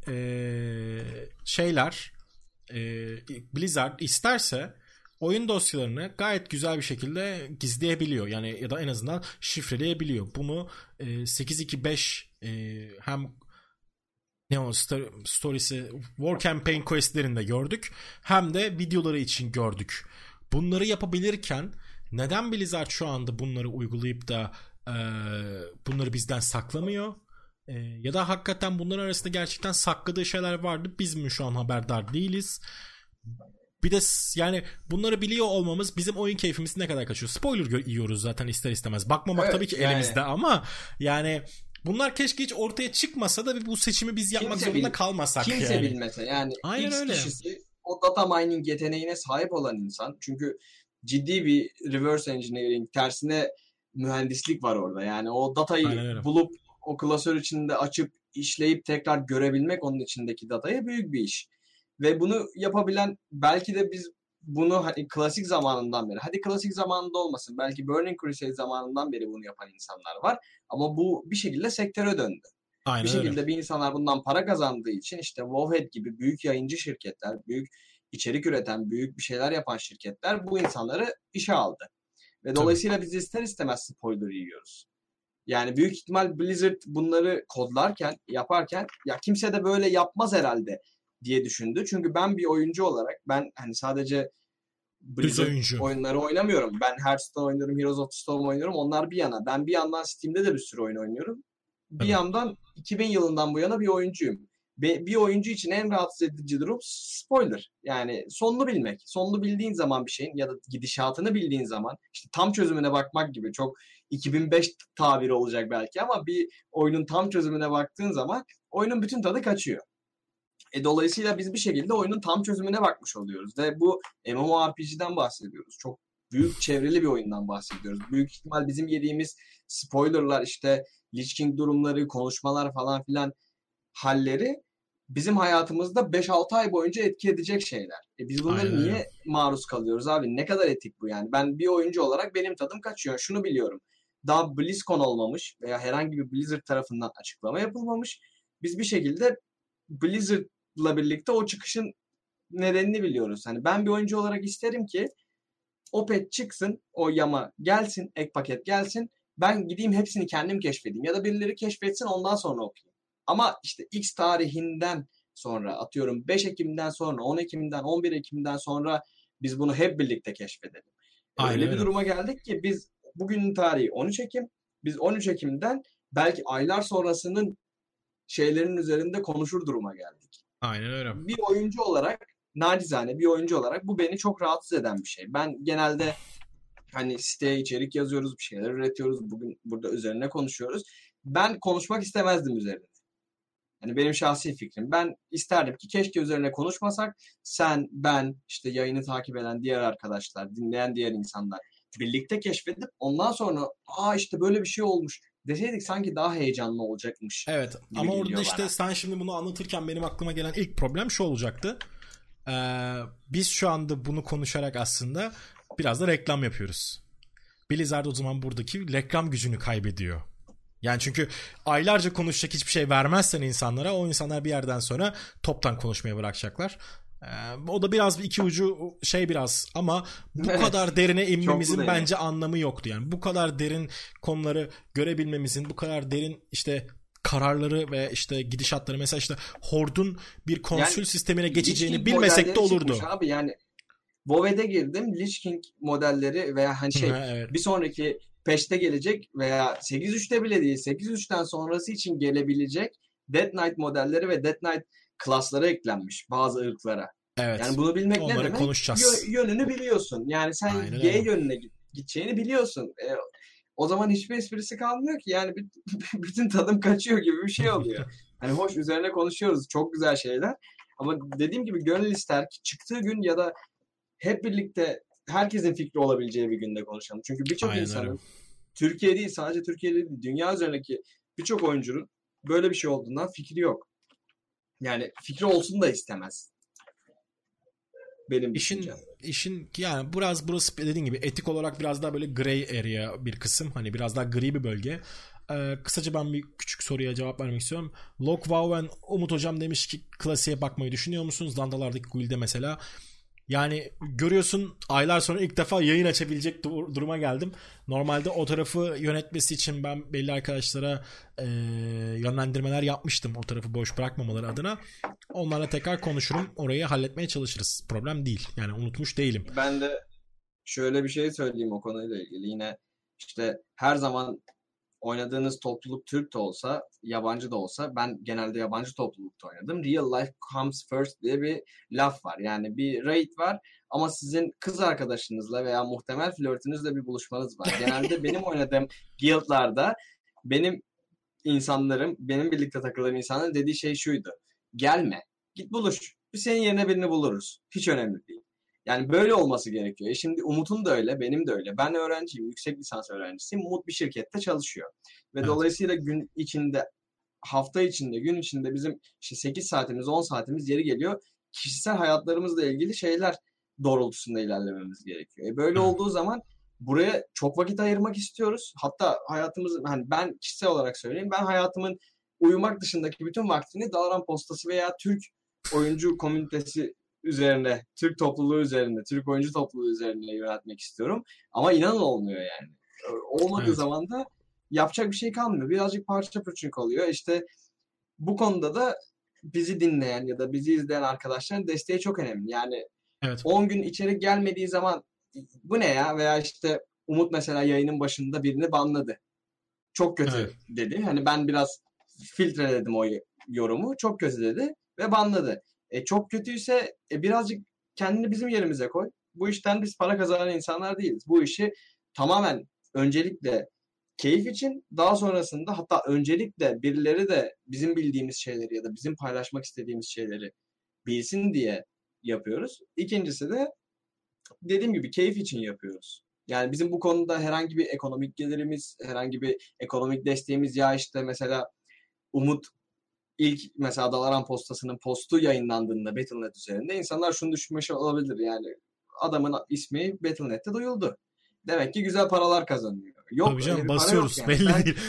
Blizzard isterse oyun dosyalarını gayet güzel bir şekilde gizleyebiliyor. Yani ya da en azından şifreleyebiliyor. Bunu 8.2.5 hem storiesi War Campaign questlerinde gördük. Hem de videoları için gördük. Bunları yapabilirken neden Blizzard şu anda bunları uygulayıp da bunları bizden saklamıyor? Ya da hakikaten bunların arasında gerçekten sakladığı şeyler vardı. Biz mi şu an haberdar değiliz? Bir de yani bunları biliyor olmamız bizim oyun keyfimizi ne kadar kaçıyor? Spoiler yiyoruz zaten ister istemez. Bakmamak evet, tabii ki yani elimizde ama yani bunlar keşke hiç ortaya çıkmasa da bu seçimi biz yapmak zorunda kalmasak. Kimse yani. Bilmese yani. Aynen X öyle. Kişisi o data mining yeteneğine sahip olan insan. Çünkü ciddi bir reverse engineering, tersine mühendislik var orada. Yani o datayı bulup o klasör içinde açıp işleyip tekrar görebilmek onun içindeki datayı büyük bir iş. Ve bunu yapabilen, belki de biz bunu hani klasik zamanından beri, hadi klasik zamanında olmasın, belki Burning Crusade zamanından beri bunu yapan insanlar var. Ama bu bir şekilde sektöre döndü. Aynen bir şekilde öyle. Bir insanlar bundan para kazandığı için işte Wowhead gibi büyük yayıncı şirketler, büyük içerik üreten, büyük bir şeyler yapan şirketler bu insanları işe aldı. Ve dolayısıyla biz ister istemez spoiler yiyoruz. Yani büyük ihtimal Blizzard bunları kodlarken, yaparken ya kimse de böyle yapmaz herhalde diye düşündü. Çünkü ben bir oyuncu olarak, ben hani sadece Blizzard oyunları oynamıyorum. Ben Hearthstone oynuyorum, Heroes of the Storm oynuyorum. Onlar bir yana. Ben bir yandan Steam'de de bir sürü oyun oynuyorum. Bir yandan 2000 yılından bu yana bir oyuncuyum. Bir oyuncu için en rahatsız edici durum spoiler. Yani sonunu bilmek. Sonunu bildiğin zaman bir şeyin ya da gidişatını bildiğin zaman işte tam çözümüne bakmak gibi, çok 2005 tabiri olacak belki ama bir oyunun tam çözümüne baktığın zaman oyunun bütün tadı kaçıyor. Dolayısıyla biz bir şekilde oyunun tam çözümüne bakmış oluyoruz. Ve bu MMORPG'den bahsediyoruz. Çok büyük çevreli bir oyundan bahsediyoruz. Büyük ihtimal bizim yediğimiz spoilerlar, işte Lich King durumları, konuşmalar falan filan halleri bizim hayatımızda 5-6 ay boyunca etki edecek şeyler. Biz bunları niye maruz kalıyoruz abi? Ne kadar etik bu yani? Ben bir oyuncu olarak benim tadım kaçıyor. Şunu biliyorum. Daha BlizzCon olmamış veya herhangi bir Blizzard tarafından açıklama yapılmamış. Biz bir şekilde Blizzard'la birlikte o çıkışın nedenini biliyoruz. Hani ben bir oyuncu olarak isterim ki o patch çıksın, o yama gelsin, ek paket gelsin. Ben gideyim hepsini kendim keşfedeyim. Ya da birileri keşfetsin, ondan sonra okuyayım. Ama işte X tarihinden sonra, atıyorum 5 Ekim'den sonra, 10 Ekim'den, 11 Ekim'den sonra biz bunu hep birlikte keşfedelim. Öyle bir duruma geldik ki biz bugünün tarihi 13 Ekim. Biz 13 Ekim'den belki aylar sonrasının şeylerin üzerinde konuşur duruma geldik. Aynen öyle. Bir oyuncu olarak, nacizane bir oyuncu olarak bu beni çok rahatsız eden bir şey. Ben genelde hani siteye içerik yazıyoruz, bir şeyler üretiyoruz. Bugün burada üzerine konuşuyoruz. Ben konuşmak istemezdim üzerine. Yani benim şahsi fikrim. Ben isterdim ki keşke üzerine konuşmasak. Sen, ben, işte yayını takip eden diğer arkadaşlar, dinleyen diğer insanlar birlikte keşfedip ondan sonra işte böyle bir şey olmuş deseydik sanki daha heyecanlı olacakmış. Evet ama orada işte sen şimdi bunu anlatırken benim aklıma gelen ilk problem şu olacaktı. Biz şu anda bunu konuşarak aslında biraz da reklam yapıyoruz. Blizzard o zaman buradaki reklam gücünü kaybediyor. Yani çünkü aylarca konuşacak hiçbir şey vermezsen insanlara, o insanlar bir yerden sonra toptan konuşmaya bırakacaklar. O da biraz iki ucu biraz ama bu kadar derine inmemizin bence anlamı yoktu. Yani bu kadar derin konuları görebilmemizin, bu kadar derin işte kararları ve işte gidişatları, mesela işte Horde'un bir konsül sistemine geçeceğini bilmesek de olurdu. Abi yani WoW'de girdim, Lich King modelleri veya hani bir sonraki patch'te gelecek veya 8.3'te bile değil, 8.3'ten sonrası için gelebilecek Death Knight modelleri ve Death Knight klasları eklenmiş bazı ırklara. Evet. Yani bunu bilmek ne Onları demek? konuşacağız. Yönünü biliyorsun. Yani sen Aynen Y öyle. yönüne gideceğini biliyorsun. O zaman hiçbir esprisi kalmıyor ki. Yani bütün tadım kaçıyor gibi bir şey oluyor. Hani hoş üzerine konuşuyoruz. Çok güzel şeyler. Ama dediğim gibi gönül ister ki çıktığı gün ya da hep birlikte herkesin fikri olabileceği bir günde konuşalım. Çünkü birçok Aynen öyle. insanın Türkiye değil, sadece Türkiye değil, dünya üzerindeki birçok oyuncunun böyle bir şey olduğundan fikri yok. Yani fikri olsun da istemez. Benim İşin düşüncem. işin yani biraz burası dediğin gibi etik olarak biraz daha böyle gray area bir kısım. Hani biraz daha gri bir bölge. Kısaca ben bir küçük soruya cevap vermek istiyorum. Lokvaven Umut hocam demiş ki klasiğe bakmayı düşünüyor musunuz? Dandalardaki guild'e mesela. Yani görüyorsun aylar sonra ilk defa yayın açabilecek duruma geldim. Normalde o tarafı yönetmesi için ben belli arkadaşlara yönlendirmeler yapmıştım. O tarafı boş bırakmamaları adına. Onlarla tekrar konuşurum. Orayı halletmeye çalışırız. Problem değil. Yani unutmuş değilim. Ben de şöyle bir şey söyleyeyim o konuyla ilgili. Yine işte her zaman oynadığınız topluluk Türk de olsa, yabancı da olsa, ben genelde yabancı toplulukta oynadım. Real life comes first diye bir laf var. Yani bir raid var ama sizin kız arkadaşınızla veya muhtemel flörtünüzle bir buluşmanız var. Genelde benim oynadığım guildlarda benim insanlarım, benim birlikte takıldığım insanların dediği şey şuydu. Gelme, git buluş. Biz senin yerine birini buluruz. Hiç önemli değil. Yani böyle olması gerekiyor. Şimdi Umut'un da öyle, benim de öyle. Ben öğrenciyim, yüksek lisans öğrencisiyim. Umut bir şirkette çalışıyor. Ve Evet. dolayısıyla gün içinde, hafta içinde, gün içinde bizim işte 8 saatimiz, 10 saatimiz yeri geliyor. Kişisel hayatlarımızla ilgili şeyler doğrultusunda ilerlememiz gerekiyor. Böyle Evet. olduğu zaman buraya çok vakit ayırmak istiyoruz. Hatta hayatımızı, hani ben kişisel olarak söyleyeyim, ben hayatımın uyumak dışındaki bütün vaktini Dalaran Postası veya Türk oyuncu komünitesi üzerine, Türk topluluğu üzerine, Türk oyuncu topluluğu üzerine yöneltmek istiyorum. Ama inanın olmuyor yani. Olmadığı Evet. zaman da yapacak bir şey kalmıyor. Birazcık parça pürçük oluyor. İşte bu konuda da bizi dinleyen ya da bizi izleyen arkadaşların desteği çok önemli. Yani Evet. 10 gün içerik gelmediği zaman bu ne ya? Veya işte Umut mesela yayının başında birini banladı. Çok Evet. kötü dedi. Hani ben biraz filtreledim o yorumu. Çok kötü dedi ve banladı. Çok kötüyse birazcık kendini bizim yerimize koy. Bu işten biz para kazanan insanlar değiliz. Bu işi tamamen öncelikle keyif için, daha sonrasında hatta öncelikle birileri de bizim bildiğimiz şeyleri ya da bizim paylaşmak istediğimiz şeyleri bilsin diye yapıyoruz. İkincisi de dediğim gibi keyif için yapıyoruz. Yani bizim bu konuda herhangi bir ekonomik gelirimiz, herhangi bir ekonomik desteğimiz ya işte mesela Umut ilk mesela Dalaran Postası'nın postu yayınlandığında Battle.net üzerinde insanlar şunu düşünmüş olabilir yani adamın ismi Battle.net'te duyuldu. Demek ki güzel paralar kazanıyor. Tabii Yok öyle canım bir para yok basıyoruz. yani. Belli değil.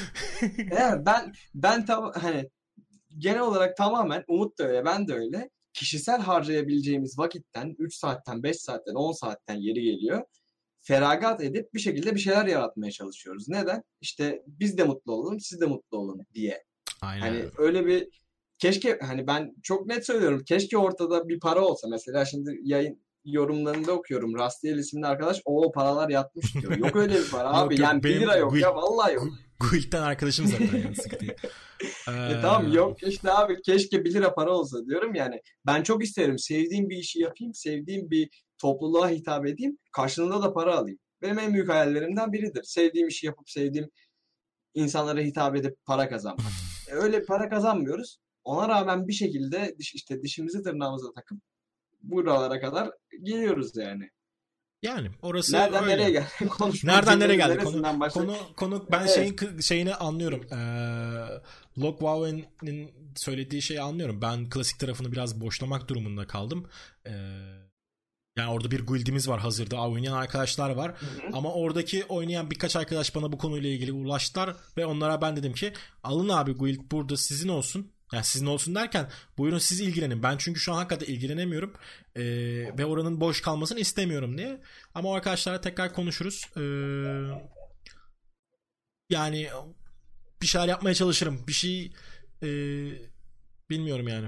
Ben hani genel olarak tamamen Umut da öyle, ben de öyle. Kişisel harcayabileceğimiz vakitten 3 saatten, 5 saatten, 10 saatten yeri geliyor. Feragat edip bir şekilde bir şeyler yaratmaya çalışıyoruz. Neden? İşte biz de mutlu olalım, siz de mutlu olun diye. Aynen Hani öyle. öyle bir keşke hani ben çok net söylüyorum. Keşke ortada bir para olsa. Mesela şimdi yayın yorumlarında okuyorum. Rastiel isimli arkadaş o paralar yatmış diyor. Yok öyle bir para abi. Yok yok Yani 1 lira benim yok ya vallahi yok. Guild'den arkadaşım zaten yani sıkıntı değil. Tamam yok işte abi keşke 1 lira para olsa diyorum yani. Ben çok isterim sevdiğim bir işi yapayım, sevdiğim bir topluluğa hitap edeyim, karşılığında da para alayım. Benim en büyük hayallerimden biridir. Sevdiğim işi yapıp sevdiğim insanlara hitap edip para kazanmak. Öyle para kazanmıyoruz. Ona rağmen bir şekilde işte dişimizi tırnağımıza takıp buralara kadar geliyoruz yani. Yani orası Nereden nereye öyle. geldik? Konuşma Nereden nereye cümlenin geldi konu? neresinden başladık? Konu ben Evet. şeyini anlıyorum. Lok Wawen'in söylediği şeyi anlıyorum. Ben klasik tarafını biraz boşlamak durumunda kaldım. Yani orada bir guildimiz var hazırda. Oynayan arkadaşlar var. Hı hı. Ama oradaki oynayan birkaç arkadaş bana bu konuyla ilgili ulaştılar. Ve onlara ben dedim ki alın abi guild burada sizin olsun. Yani sizin olsun derken buyurun siz ilgilenin. Ben çünkü şu an hakikaten ilgilenemiyorum. Ve oranın boş kalmasını istemiyorum diye. Ama o arkadaşlarla tekrar konuşuruz. Yani bir şeyler yapmaya çalışırım. Bir şey e, bilmiyorum yani.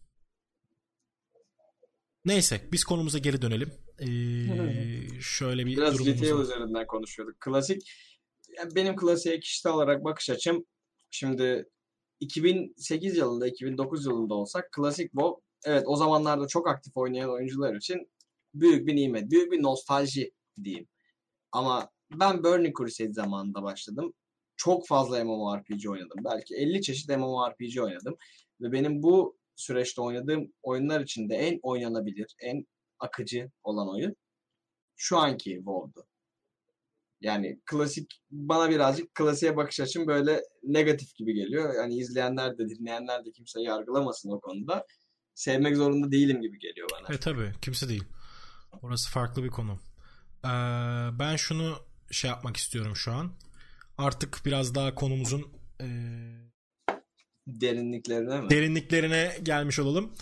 Neyse biz konumuza geri dönelim. Şöyle bir Biraz durumumuz GTA var. üzerinden konuşuyorduk. Klasik, yani benim klasiğe kişisel olarak bakış açım şimdi 2008 yılında, 2009 yılında olsak klasik WoW evet o zamanlarda çok aktif oynayan oyuncular için büyük bir nimet, büyük bir nostalji diyeyim. Ama ben Burning Crusade zamanında başladım. Çok fazla MMORPG oynadım. Belki 50 çeşit MMORPG oynadım. Ve benim bu süreçte oynadığım oyunlar içinde en oynanabilir, en akıcı olan oyun şu anki WoW'du. Yani klasik, bana birazcık klasiğe bakış açım böyle negatif gibi geliyor. Yani izleyenler de dinleyenler de kimse yargılamasın o konuda. Sevmek zorunda değilim gibi geliyor bana. Tabii kimse değil. Orası farklı bir konu. Ben şunu şey yapmak istiyorum şu an. Artık biraz daha konumuzun derinliklerine gelmiş olalım.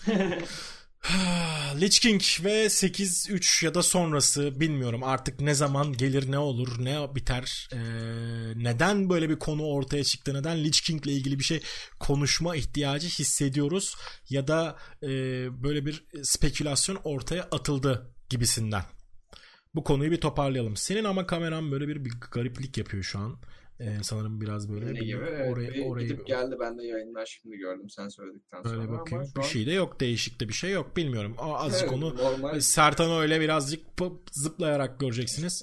Lich King ve 8-3 ya da sonrası bilmiyorum artık ne zaman gelir, ne olur, ne biter, neden böyle bir konu ortaya çıktı, neden Lich King ile ilgili bir şey konuşma ihtiyacı hissediyoruz ya da böyle bir spekülasyon ortaya atıldı gibisinden. Bu konuyu bir toparlayalım. Senin ama kameran böyle bir gariplik yapıyor şu an. Sanırım biraz böyle ne gibi? Orayı gidip geldi. Ben de yayından şimdi gördüm sen söyledikten sonra. Böyle bakayım. Bir şey de yok. Değişik de bir şey yok. Bilmiyorum. Azıcık onu normal. Sertan'ı öyle birazcık zıplayarak göreceksiniz.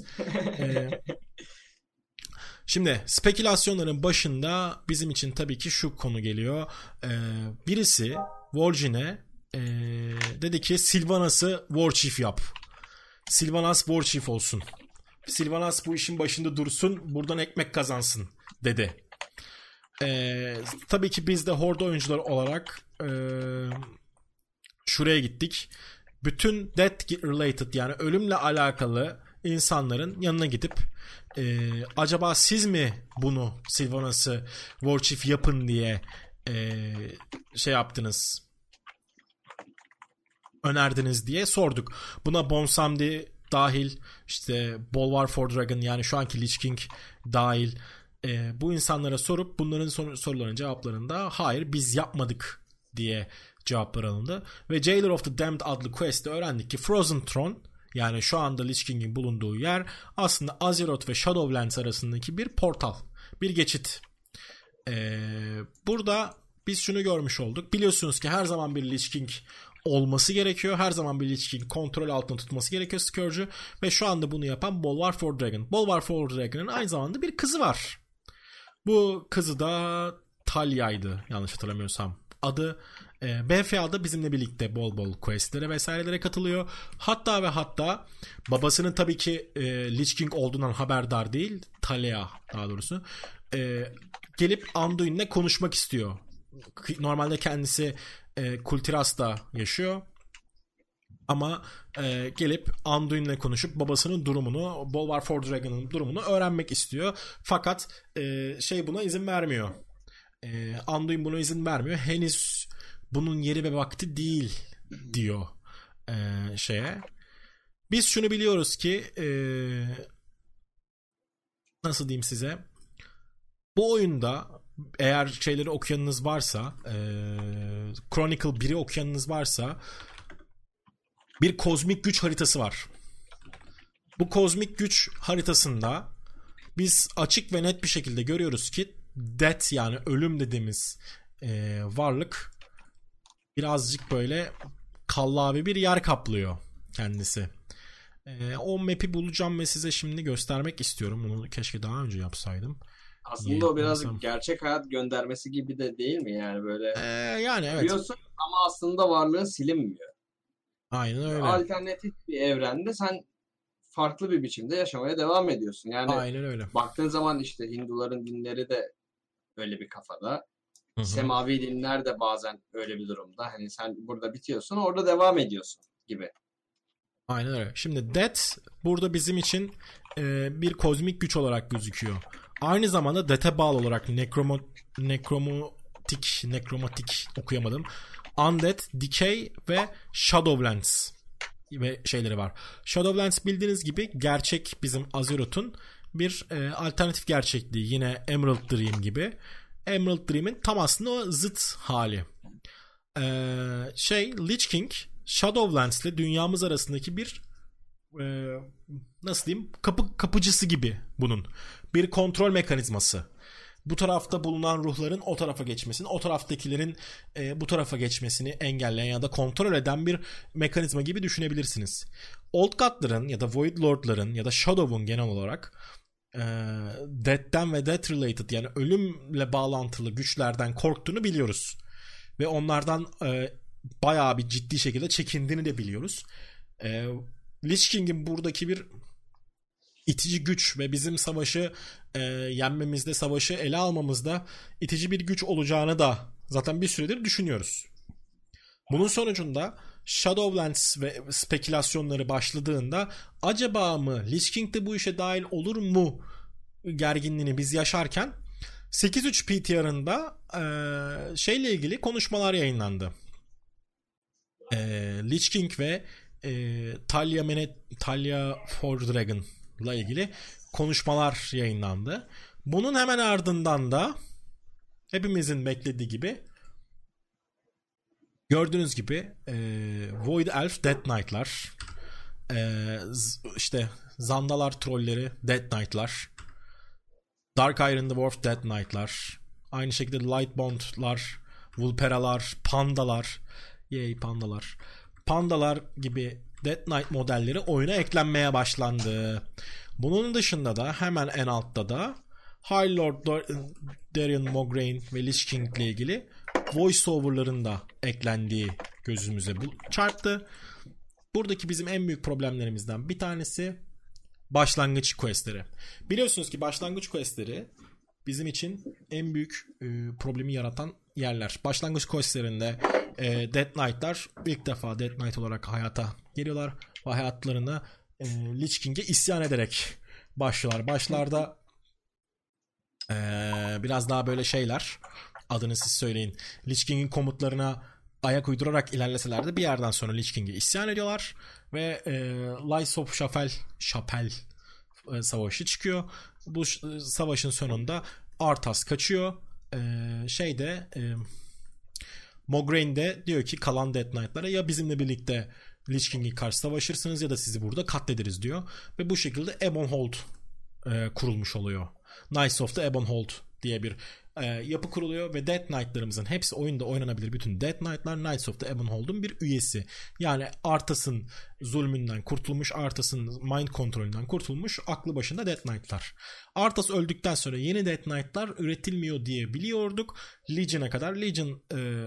Şimdi spekülasyonların başında bizim için tabii ki şu konu geliyor. Birisi Vol'jin'e dedi ki Sylvanas'ı Warchief yap. Sylvanas Warchief olsun. Sylvanas bu işin başında dursun, buradan ekmek kazansın dedi. Tabii ki biz de Horde oyuncular olarak şuraya gittik. Bütün death related yani ölümle alakalı insanların yanına gidip acaba siz mi bunu Sylvanas'ı Warchief yapın diye şey yaptınız, önerdiniz diye sorduk. Buna Bonsamdi dahil, işte Bolvar for Dragon yani şu anki Lich King dahil bu insanlara sorup bunların soruların cevaplarında hayır biz yapmadık diye cevaplar alındı. Ve Jailer of the Damned adlı quest'te öğrendik ki Frozen Throne yani şu anda Lich King'in bulunduğu yer aslında Azeroth ve Shadowlands arasındaki bir portal. Bir geçit. Burada biz şunu görmüş olduk. Biliyorsunuz ki her zaman bir Lich King olması gerekiyor. Her zaman bir Lich King kontrol altında tutması gerekiyor Scourge'ü. Ve şu anda bunu yapan Bolvar for Dragon. Bolvar for Dragon'ın aynı zamanda bir kızı var. Bu kızı da Talya'ydı yanlış hatırlamıyorsam adı. BFA'da bizimle birlikte bol bol questlere vesairelere katılıyor. Hatta ve hatta babasının tabii ki Lich King olduğundan haberdar değil. Talya daha doğrusu. Gelip Anduin'le konuşmak istiyor. Normalde kendisi Kultiras'ta yaşıyor. Ama gelip Anduin'le konuşup babasının durumunu, Bolvar for Dragon'ın durumunu öğrenmek istiyor. Fakat buna izin vermiyor. Anduin buna izin vermiyor. Henüz bunun yeri ve vakti değil diyor şeye. Biz şunu biliyoruz ki nasıl diyeyim size, bu oyunda eğer şeyleri okuyanınız varsa Chronicle 1'i okuyanınız varsa bir kozmik güç haritası var. Bu kozmik güç haritasında biz açık ve net bir şekilde görüyoruz ki death yani ölüm dediğimiz varlık birazcık böyle kallavi bir yer kaplıyor kendisi. O map'i bulacağım ve size şimdi göstermek istiyorum. Onu keşke daha önce yapsaydım. Aslında o biraz gerçek hayat göndermesi gibi de değil mi yani böyle? Yani evet. Biliyorsun ama aslında varlığın silinmiyor. Aynen öyle. Alternatif bir evrende sen farklı bir biçimde yaşamaya devam ediyorsun. Yani aynen öyle. Baktığın zaman işte Hinduların dinleri de öyle bir kafada. Hı-hı. Semavi dinler de bazen öyle bir durumda. Hani sen burada bitiyorsun, orada devam ediyorsun gibi. Aynen öyle. Şimdi Death burada bizim için bir kozmik güç olarak gözüküyor. Aynı zamanda Death'e bağlı olarak nekromatik okuyamadım. Undead, Decay ve Shadowlands ve şeyleri var. Shadowlands bildiğiniz gibi gerçek bizim Azeroth'un bir alternatif gerçekliği. Yine Emerald Dream gibi. Emerald Dream'in tam aslında o zıt hali. Lich King Shadowlands ile dünyamız arasındaki bir nasıl diyeyim kapıcısı gibi bunun. Bir kontrol mekanizması. bu tarafta bulunan ruhların o tarafa geçmesini, o taraftakilerin bu tarafa geçmesini engelleyen ya da kontrol eden bir mekanizma gibi düşünebilirsiniz. Old God'ların ya da Void Lord'ların ya da Shadow'un genel olarak Death'ten ve Death related yani ölümle bağlantılı güçlerden korktuğunu biliyoruz. Ve onlardan bayağı bir ciddi şekilde çekindiğini de biliyoruz. Lich King'in buradaki bir itici güç ve bizim savaşı yenmemizde, savaşı ele almamızda itici bir güç olacağını da zaten bir süredir düşünüyoruz. Bunun sonucunda Shadowlands ve spekülasyonları başladığında acaba mı Lich King de bu işe dahil olur mu gerginliğini biz yaşarken 8.3 PTR'ında şeyle ilgili konuşmalar yayınlandı. Lich King ve Talia for Dragon'la ilgili konuşmalar yayınlandı. Bunun hemen ardından da hepimizin beklediği gibi gördüğünüz gibi Void Elf Death Knight'lar, işte Zandalar trolleri Death Knight'lar, Dark Iron Dwarf Death Knight'lar, aynı şekilde Lightbond'lar, Vulperalar, Pandalar, Pandalar gibi Death Knight modelleri oyuna eklenmeye başlandı. Bunun dışında da hemen en altta da High Lord Darion Mograine ve Lich King ile ilgili voiceover'ların da eklendiği gözümüze çarptı. Buradaki bizim en büyük problemlerimizden bir tanesi başlangıç questleri. Biliyorsunuz ki başlangıç questleri bizim için en büyük problemi yaratan yerler. Başlangıç questlerinde Death Knight'lar ilk defa Death Knight olarak hayata geliyorlar ve hayatlarına Lich King'e isyan ederek başlıyorlar. Başlarda biraz daha böyle şeyler, adını siz söyleyin, Lich King'in komutlarına ayak uydurarak ilerleseler de bir yerden sonra Lich King'e isyan ediyorlar ve Lies of Chapel savaşı çıkıyor. Bu savaşın sonunda Arthas kaçıyor. Mograine de diyor ki kalan Death Knight'lara ya bizimle birlikte Lich King'i karşı savaşırsınız ya da sizi burada katlederiz diyor. Ve bu şekilde Ebonhold kurulmuş oluyor. Knights of the Ebonhold diye bir yapı kuruluyor ve Death Knight'larımızın hepsi oyunda oynanabilir. Bütün Death Knight'lar Knights of the Ebonhold'un bir üyesi. Yani Arthas'ın zulmünden kurtulmuş, Arthas'ın mind kontrolünden kurtulmuş aklı başında Death Knight'lar. Arthas öldükten sonra yeni Death Knight'lar üretilmiyor diye biliyorduk. Legion'a kadar Legion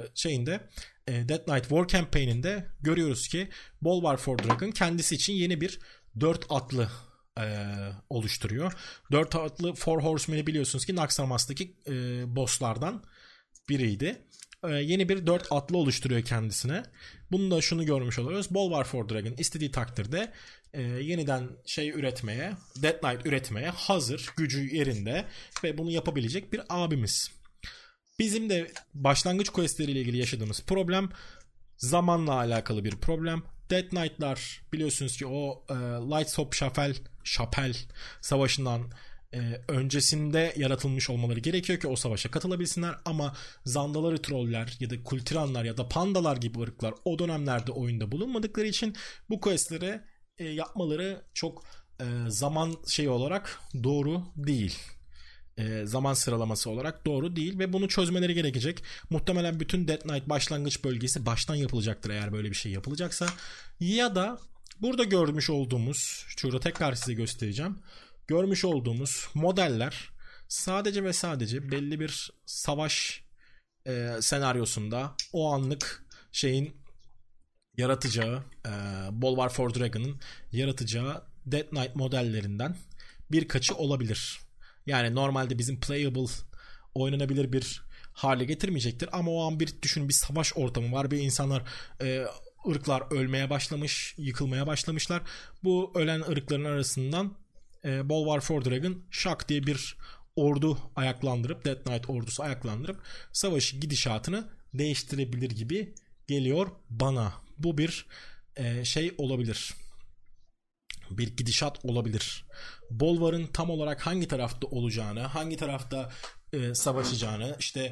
Death Knight War Campaign'inde görüyoruz ki Bolvar for Dragon kendisi için yeni bir 4 atlı oluşturuyor. 4 atlı Four Horsemen'i biliyorsunuz ki Naxxramas'taki bosslardan biriydi. Yeni bir 4 atlı oluşturuyor kendisine. Bunu da şunu görmüş oluyoruz. Bolvar for Dragon istediği takdirde yeniden üretmeye, Death Knight üretmeye hazır, gücü yerinde ve bunu yapabilecek bir abimiz. Bizim de başlangıç questleriyle ilgili yaşadığımız problem zamanla alakalı bir problem. Death Knight'lar biliyorsunuz ki o Lights of Chapel savaşından öncesinde yaratılmış olmaları gerekiyor ki o savaşa katılabilsinler ama Zandaları troller ya da Kultiranlar ya da Pandalar gibi ırklar o dönemlerde oyunda bulunmadıkları için bu questleri yapmaları çok zaman olarak doğru değil. Zaman sıralaması olarak doğru değil ve bunu çözmeleri gerekecek. Muhtemelen bütün Death Knight başlangıç bölgesi baştan yapılacaktır eğer böyle bir şey yapılacaksa. Ya da burada görmüş olduğumuz, şurada tekrar size göstereceğim. Görmüş olduğumuz modeller sadece ve sadece belli bir savaş senaryosunda o anlık yaratacağı, Bolvar for Dragon'ın yaratacağı Death Knight modellerinden birkaçı olabilir. Yani normalde bizim playable, oynanabilir bir hale getirmeyecektir. Ama o an bir savaş ortamı var. Bir insanlar, ırklar ölmeye başlamış, yıkılmaya başlamışlar. Bu ölen ırkların arasından Bolvar for Dragon şak diye bir ordu ayaklandırıp, Death Knight ordusu ayaklandırıp savaşı gidişatını değiştirebilir gibi geliyor bana. Bu bir olabilir. Bir gidişat olabilir. Bolvar'ın tam olarak hangi tarafta olacağını, hangi tarafta savaşacağını,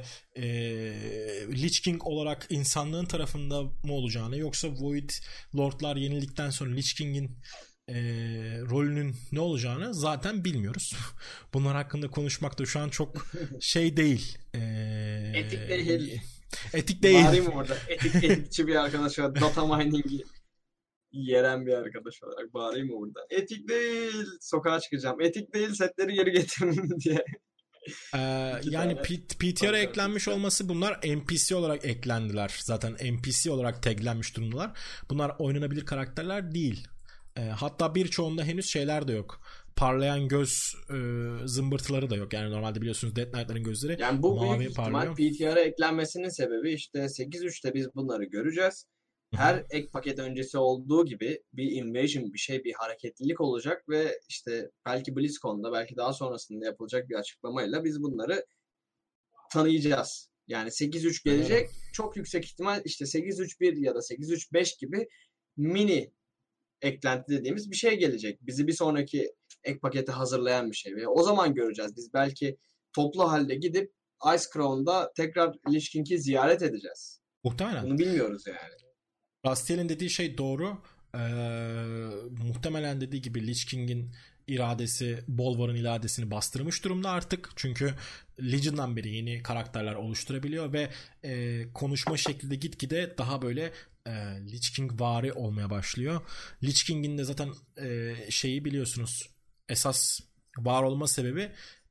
Lich King olarak insanlığın tarafında mı olacağını, yoksa Void Lord'lar yenildikten sonra Lich King'in rolünün ne olacağını zaten bilmiyoruz. Bunlar hakkında konuşmak da şu an çok şey değil. Etik değil. Etik değil. Bağırayım orada. Etikçi bir arkadaş var. Data mining'i yeren bir arkadaş olarak bağırayım mı burada? Etik değil. Sokağa çıkacağım. Etik değil, setleri geri getirin diye. Yani PTR'a eklenmiş olması, bunlar NPC olarak eklendiler. Zaten NPC olarak taglenmiş durumdalar. Bunlar oynanabilir karakterler değil. Hatta birçoğunda henüz şeyler de yok. Parlayan göz zımbırtıları da yok. Yani normalde biliyorsunuz Death Knight'ların gözleri yani bu mavi büyük parlıyor. ihtimal PTR'a eklenmesinin sebebi işte 8.3'te biz bunları göreceğiz. Her ek paket öncesi olduğu gibi bir invasion, bir şey, bir hareketlilik olacak ve işte belki BlizzCon'da, belki daha sonrasında yapılacak bir açıklamayla biz bunları tanıyacağız. Yani 8.3 gelecek. Çok yüksek ihtimal işte 8.3.1 ya da 8.3.5 gibi mini eklenti dediğimiz bir şey gelecek. Bizi bir sonraki ek paketi hazırlayan bir şey. Ve o zaman göreceğiz. Biz belki toplu halde gidip Ice Crown'da tekrar Lich King'i ziyaret edeceğiz. Muhtemelen. Bunu bilmiyoruz yani. Rastiel'in dediği şey doğru. Muhtemelen dediği gibi Lich King'in iradesi Bolvar'ın iradesini bastırmış durumda artık. Çünkü Legion'dan beri yeni karakterler oluşturabiliyor ve konuşma şekli de gitgide daha böyle Lich King vari olmaya başlıyor. Lich King'in de zaten şeyi biliyorsunuz, esas var olma sebebi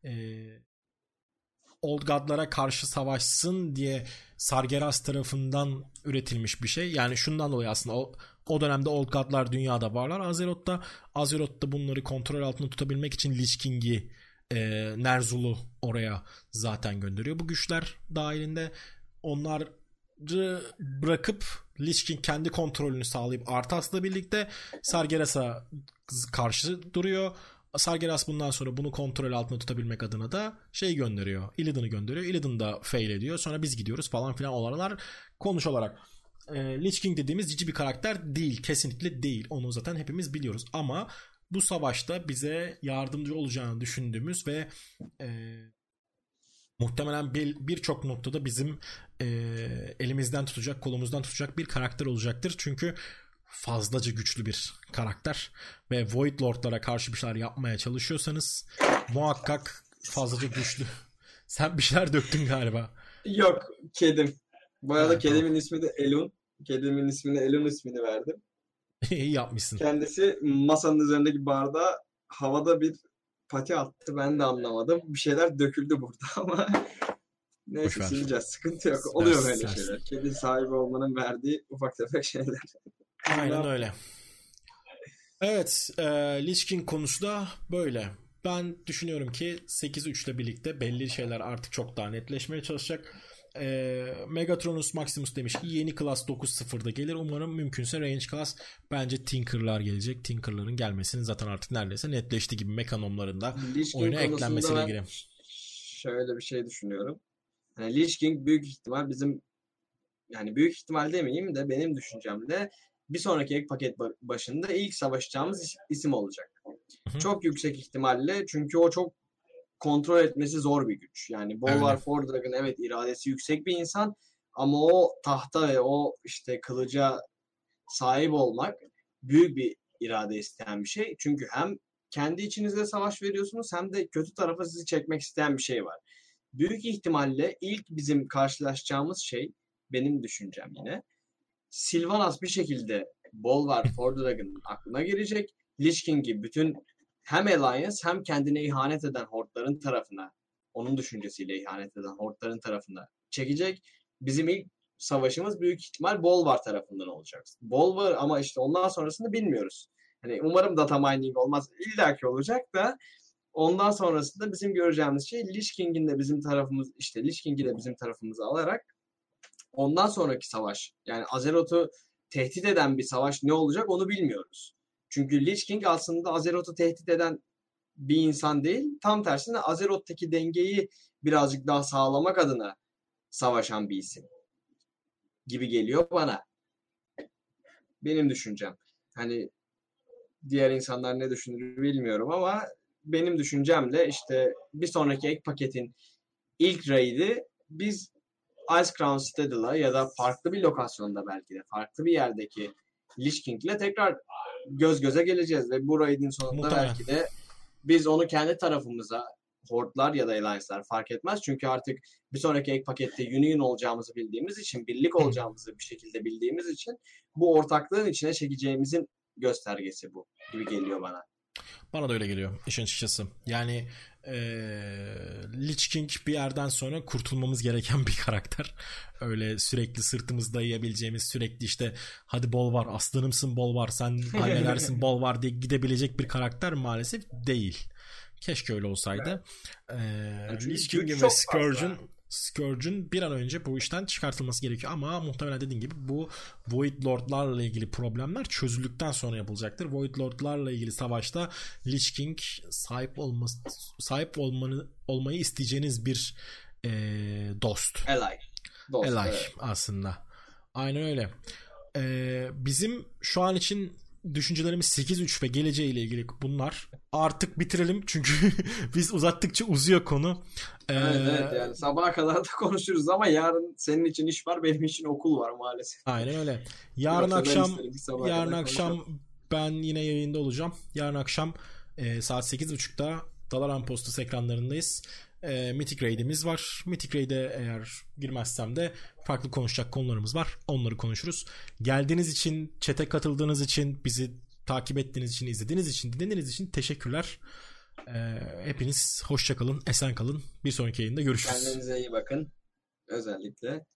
Old God'lara karşı savaşsın diye Sargeras tarafından üretilmiş bir şey. Yani şundan dolayı aslında o dönemde Old God'lar dünyada varlar. Azeroth'ta bunları kontrol altında tutabilmek için Lich King'i, Nerzul'u oraya zaten gönderiyor. Bu güçler dahilinde onları bırakıp Lich King kendi kontrolünü sağlayıp Arthas'la birlikte Sargeras'a karşı duruyor. Sargeras bundan sonra bunu kontrol altında tutabilmek adına da şey gönderiyor. Illidan'ı gönderiyor. Illidan da fail ediyor. Sonra biz gidiyoruz falan filan olarak konuş olarak. Lich King dediğimiz cici bir karakter değil. Kesinlikle değil. Onu zaten hepimiz biliyoruz. Ama bu savaşta bize yardımcı olacağını düşündüğümüz ve muhtemelen birçok noktada bizim elimizden tutacak, kolumuzdan tutacak bir karakter olacaktır. Çünkü fazlaca güçlü bir karakter ve Void Lord'lara karşı bir şeyler yapmaya çalışıyorsanız muhakkak fazlaca güçlü. Sen bir şeyler döktün galiba. Yok, kedim. Bu arada kedimin ismi de Elun. Kedimin ismini Elun ismini verdim. İyi yapmışsın. Kendisi masanın üzerindeki bardağa havada bir pati attı. Ben de anlamadım. Bir şeyler döküldü burada ama neyse sileceğiz. Sıkıntı yok. Oluyor böyle şeyler. Kedi sahibi olmanın verdiği ufak tefek şeyler. Aynen öyle. Evet, Lich King konusu da böyle. Ben düşünüyorum ki 8.3 ile birlikte belli şeyler artık çok daha netleşmeye çalışacak. Megatronus Maximus demiş ki yeni class 9.0'da gelir. Umarım mümkünse range class. Bence Tinker'lar gelecek. Tinker'ların gelmesinin zaten artık neredeyse netleşti gibi mekanomlarında oyuna eklenmesiyle ilgili. Şöyle bir şey düşünüyorum. Yani Lich King büyük ihtimal bizim, yani büyük ihtimal demeyeyim de benim düşüncemde bir sonraki ek paket başında ilk savaşacağımız isim olacak. Hı-hı. Çok yüksek ihtimalle, çünkü o çok kontrol etmesi zor bir güç. Yani Bolvar Fordragon evet iradesi yüksek bir insan ama o tahta ve o işte kılıca sahip olmak büyük bir irade isteyen bir şey. Çünkü hem kendi içinizde savaş veriyorsunuz hem de kötü tarafa sizi çekmek isteyen bir şey var. Büyük ihtimalle ilk bizim karşılaşacağımız şey, benim düşüncem yine, Sylvanas bir şekilde Bolvar Fordragon'ın aklına girecek. Lich King'i bütün hem Alliance hem kendine ihanet eden hortların tarafına, onun düşüncesiyle ihanet eden hortların tarafına çekecek. Bizim ilk savaşımız büyük ihtimal Bolvar tarafından olacak. Bolvar ama işte ondan sonrasını bilmiyoruz. Hani umarım data mining olmaz. İlla ki olacak da ondan sonrasında bizim göreceğimiz şey Lich King'in de bizim tarafımız, işte Lich King'i de bizim tarafımıza alarak ondan sonraki savaş, yani Azeroth'u tehdit eden bir savaş ne olacak onu bilmiyoruz. Çünkü Lich King aslında Azeroth'u tehdit eden bir insan değil. Tam tersine Azeroth'taki dengeyi birazcık daha sağlamak adına savaşan bir isim gibi geliyor bana. Benim düşüncem. Hani diğer insanlar ne düşünür bilmiyorum ama benim düşüncemle işte bir sonraki ek paketin ilk raid'i biz Ice Crown Citadel'a ya da farklı bir lokasyonda, belki de farklı bir yerdeki Lich King'le tekrar göz göze geleceğiz ve bu raid'in sonunda Muhtemelen. belki de biz onu kendi tarafımıza, Horde'lar ya da Alliance'lar fark etmez. Çünkü artık bir sonraki ek pakette Union olacağımızı bildiğimiz için, birlik olacağımızı bir şekilde bildiğimiz için bu ortaklığın içine çekeceğimizin göstergesi bu gibi geliyor bana. Bana da öyle geliyor işin açıkçası. Yani Lich King bir yerden sonra kurtulmamız gereken bir karakter. Öyle sürekli sırtımızda dayayabileceğimiz, sürekli işte hadi bol var, aslanımsın bol var, sen halledersin bol var diye gidebilecek bir karakter maalesef değil. Keşke öyle olsaydı. Lich King ve Scourge'un bir an önce bu işten çıkartılması gerekiyor ama muhtemelen dediğin gibi bu Void Lord'larla ilgili problemler çözüldükten sonra yapılacaktır. Void Lord'larla ilgili savaşta Lich King olmayı isteyeceğiniz bir dost. Ally. Evet. Aslında. Aynen öyle. Bizim şu an için düşüncelerimiz 8-3 ve geleceğiyle ilgili bunlar. Artık bitirelim çünkü biz uzattıkça uzuyor konu. Evet yani sabaha kadar da konuşuruz ama yarın senin için iş var, benim için okul var maalesef. Aynen öyle. Yarın akşam ben yine yayında olacağım. Yarın akşam saat 8.30'da Dalaran Postası ekranlarındayız. Mythic Raid'imiz var. Mythic Raid'e eğer girmezsem de farklı konuşacak konularımız var. Onları konuşuruz. Geldiğiniz için, chat'e katıldığınız için, bizi takip ettiğiniz için, izlediğiniz için, dinlediğiniz için teşekkürler. Hepiniz hoşça kalın, esen kalın. Bir sonraki yayında görüşürüz. Kendinize iyi bakın. Özellikle.